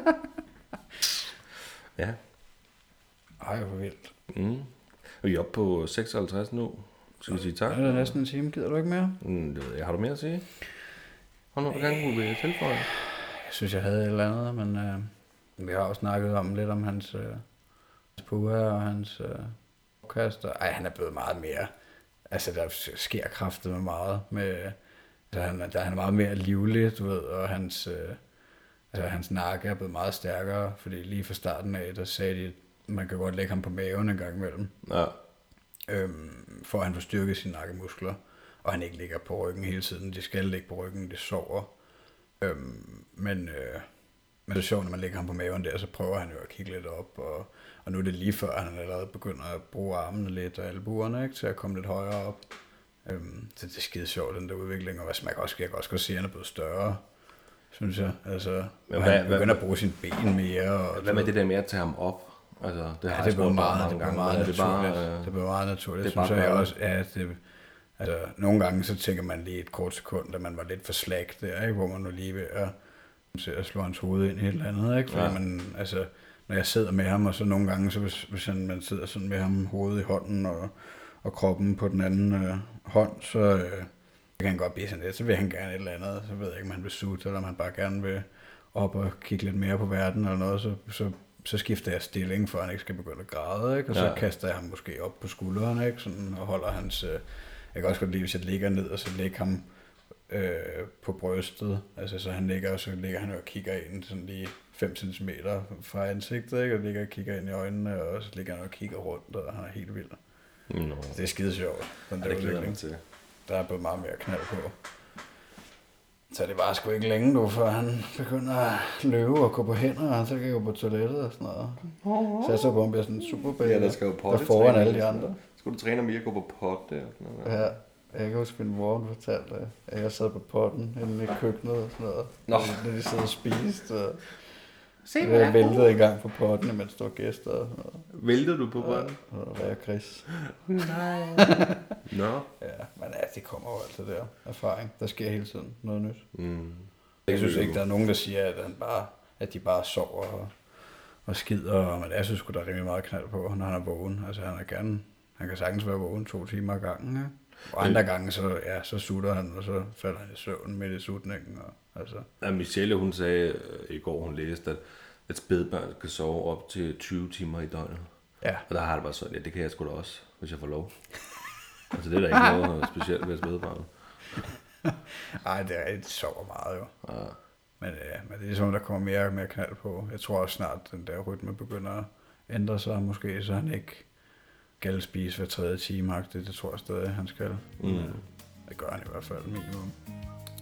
Ja. Ej, hvor vildt. Mm. Vi er oppe på seksoghalvtreds nu. Skal vi sige tak? Ja, det er næsten en time. Gider du ikke mere? Mm, det ved jeg. Har du mere at sige? Har du noget, du gerne kunne vil tilføje? Jeg synes, jeg havde et eller andet, men øh, vi har også snakket om lidt om hans, øh, hans puha og hans øh, kaster. Ej, han er blevet meget mere. Altså, der sker kraftet med meget. Med, altså, han, der, han er meget mere livlig, du ved, og hans, øh, altså, hans nakke er blevet meget stærkere, fordi lige fra starten af, der sagde de, at man kan godt lægge ham på maven en gang imellem. Ja. Øhm, for at han får styrket sine nakkemuskler, og han ikke ligger på ryggen hele tiden. De skal ligge på ryggen, de sover. Øhm, men, øh, men det er sjovt, når man lægger ham på maven der, så prøver han jo at kigge lidt op, og, og nu er det lige før, han allerede begynder at bruge armene lidt og albuerne, ikke, til at komme lidt højere op. Øhm, så det er skide sjovt, den der udvikling, og man kan også, jeg kan også godt se, at han er blevet større, synes jeg. Altså, Men han hvad- begynder hvad- at bruge sine ben mere. Og Hvad med det der med at tage ham op? Altså, det har Ja, jeg det spurgt blev dig meget, mange det blev gange, meget men er det naturligt. bare, øh, Det blev meget naturligt. det Det er synes bare jeg godt. også, ja, det, altså, nogle gange så tænker man lige et kort sekund, da man var lidt for slag der, ikke? Hvor man nu lige ved at, at slå hans hoved ind i et eller andet, ikke? Fordi Ja. man, altså, når jeg sidder med ham, og så nogle gange, så hvis, hvis han, man sidder sådan med ham hovedet i hånden, og, og kroppen på den anden øh, hånd, så øh, kan han godt blive sådan lidt, så vil han gerne et eller andet, så ved jeg ikke, om han vil sutte, eller om han bare gerne vil op og kigge lidt mere på verden, eller noget, så, så så skifter jeg stilling, for at han ikke skal begynde at græde, ikke? Og så Ja. kaster jeg ham måske op på skuldrene, ikke? Sådan, og holder hans... Øh, jeg kan også godt lide, hvis jeg ligger ned, og så lægger ham øh, på brystet, altså så han ligger, og så ligger han og kigger ind sådan lige fem centimeter fra ansigtet, ikke? Og ligger og kigger ind i øjnene, og så ligger han og kigger rundt, og han er helt vild. Nå. Det er skide sjovt, den Ja, der det glæder jeg mig udvikling. til. Der er blevet meget mere knald på. Så det var sgu ikke længe nu, før han begynder at løbe og gå på hænder, og så kan jeg gå på toilettet og sådan noget. Så jeg så på, om jeg er sådan en superbaby, Ja, der skal jo der potte foran træne. alle de andre. Skulle du træne mere at gå på pot der? og sådan noget? Ja, jeg kan huske, min mor hun fortalte, at jeg sad på potten inde i køkkenet og sådan noget. Nå. Når de sad og spiste, og Se, hvad jeg jeg væltede en gang på potten, imens der var gæster og sådan noget. Væltede du på potten? Og hvad er Chris? Nej. Nå. Ja, men ja, det kommer jo altid der. Erfaring. Der sker hele tiden noget nyt. Mm. Jeg synes ikke, der er nogen, der siger, at, han bare, at de bare sover og, og skider. Men jeg synes sgu, der er rimelig meget knald på, når han er vågen. Altså, han, er gerne, han kan sagtens være vågen to timer ad gangen. Ikke? Og andre gange, så, ja, så sutter han, og så falder han i søvn midt i sutningen. Og, altså. Ja, Michelle, hun sagde øh, i går, hun læste, at, at spædbørn kan sove op til tyve timer i døgnet. Ja. Og der har det bare sådan, ja, det kan jeg sgu da også, hvis jeg får lov. Altså, det er der ikke noget specielt ved spædbørn. Ej, det er, de sover meget jo. Ja. Men, ja, men det er ligesom, der kommer mere og mere knald på. Jeg tror også snart, den der rytme begynder at ændre sig, måske, så han ikke skal spise hver tredje time. Det, det tror jeg stadig, han skal. Mm. Det gør han i hvert fald minimum.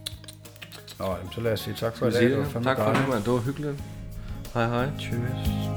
Nå, jamen, så lad os sige tak for Skal i vi dag. sige Det var det? fandme Tak for dejligt. det, mand. Det var hyggeligt. Hej, hej. Tschüss.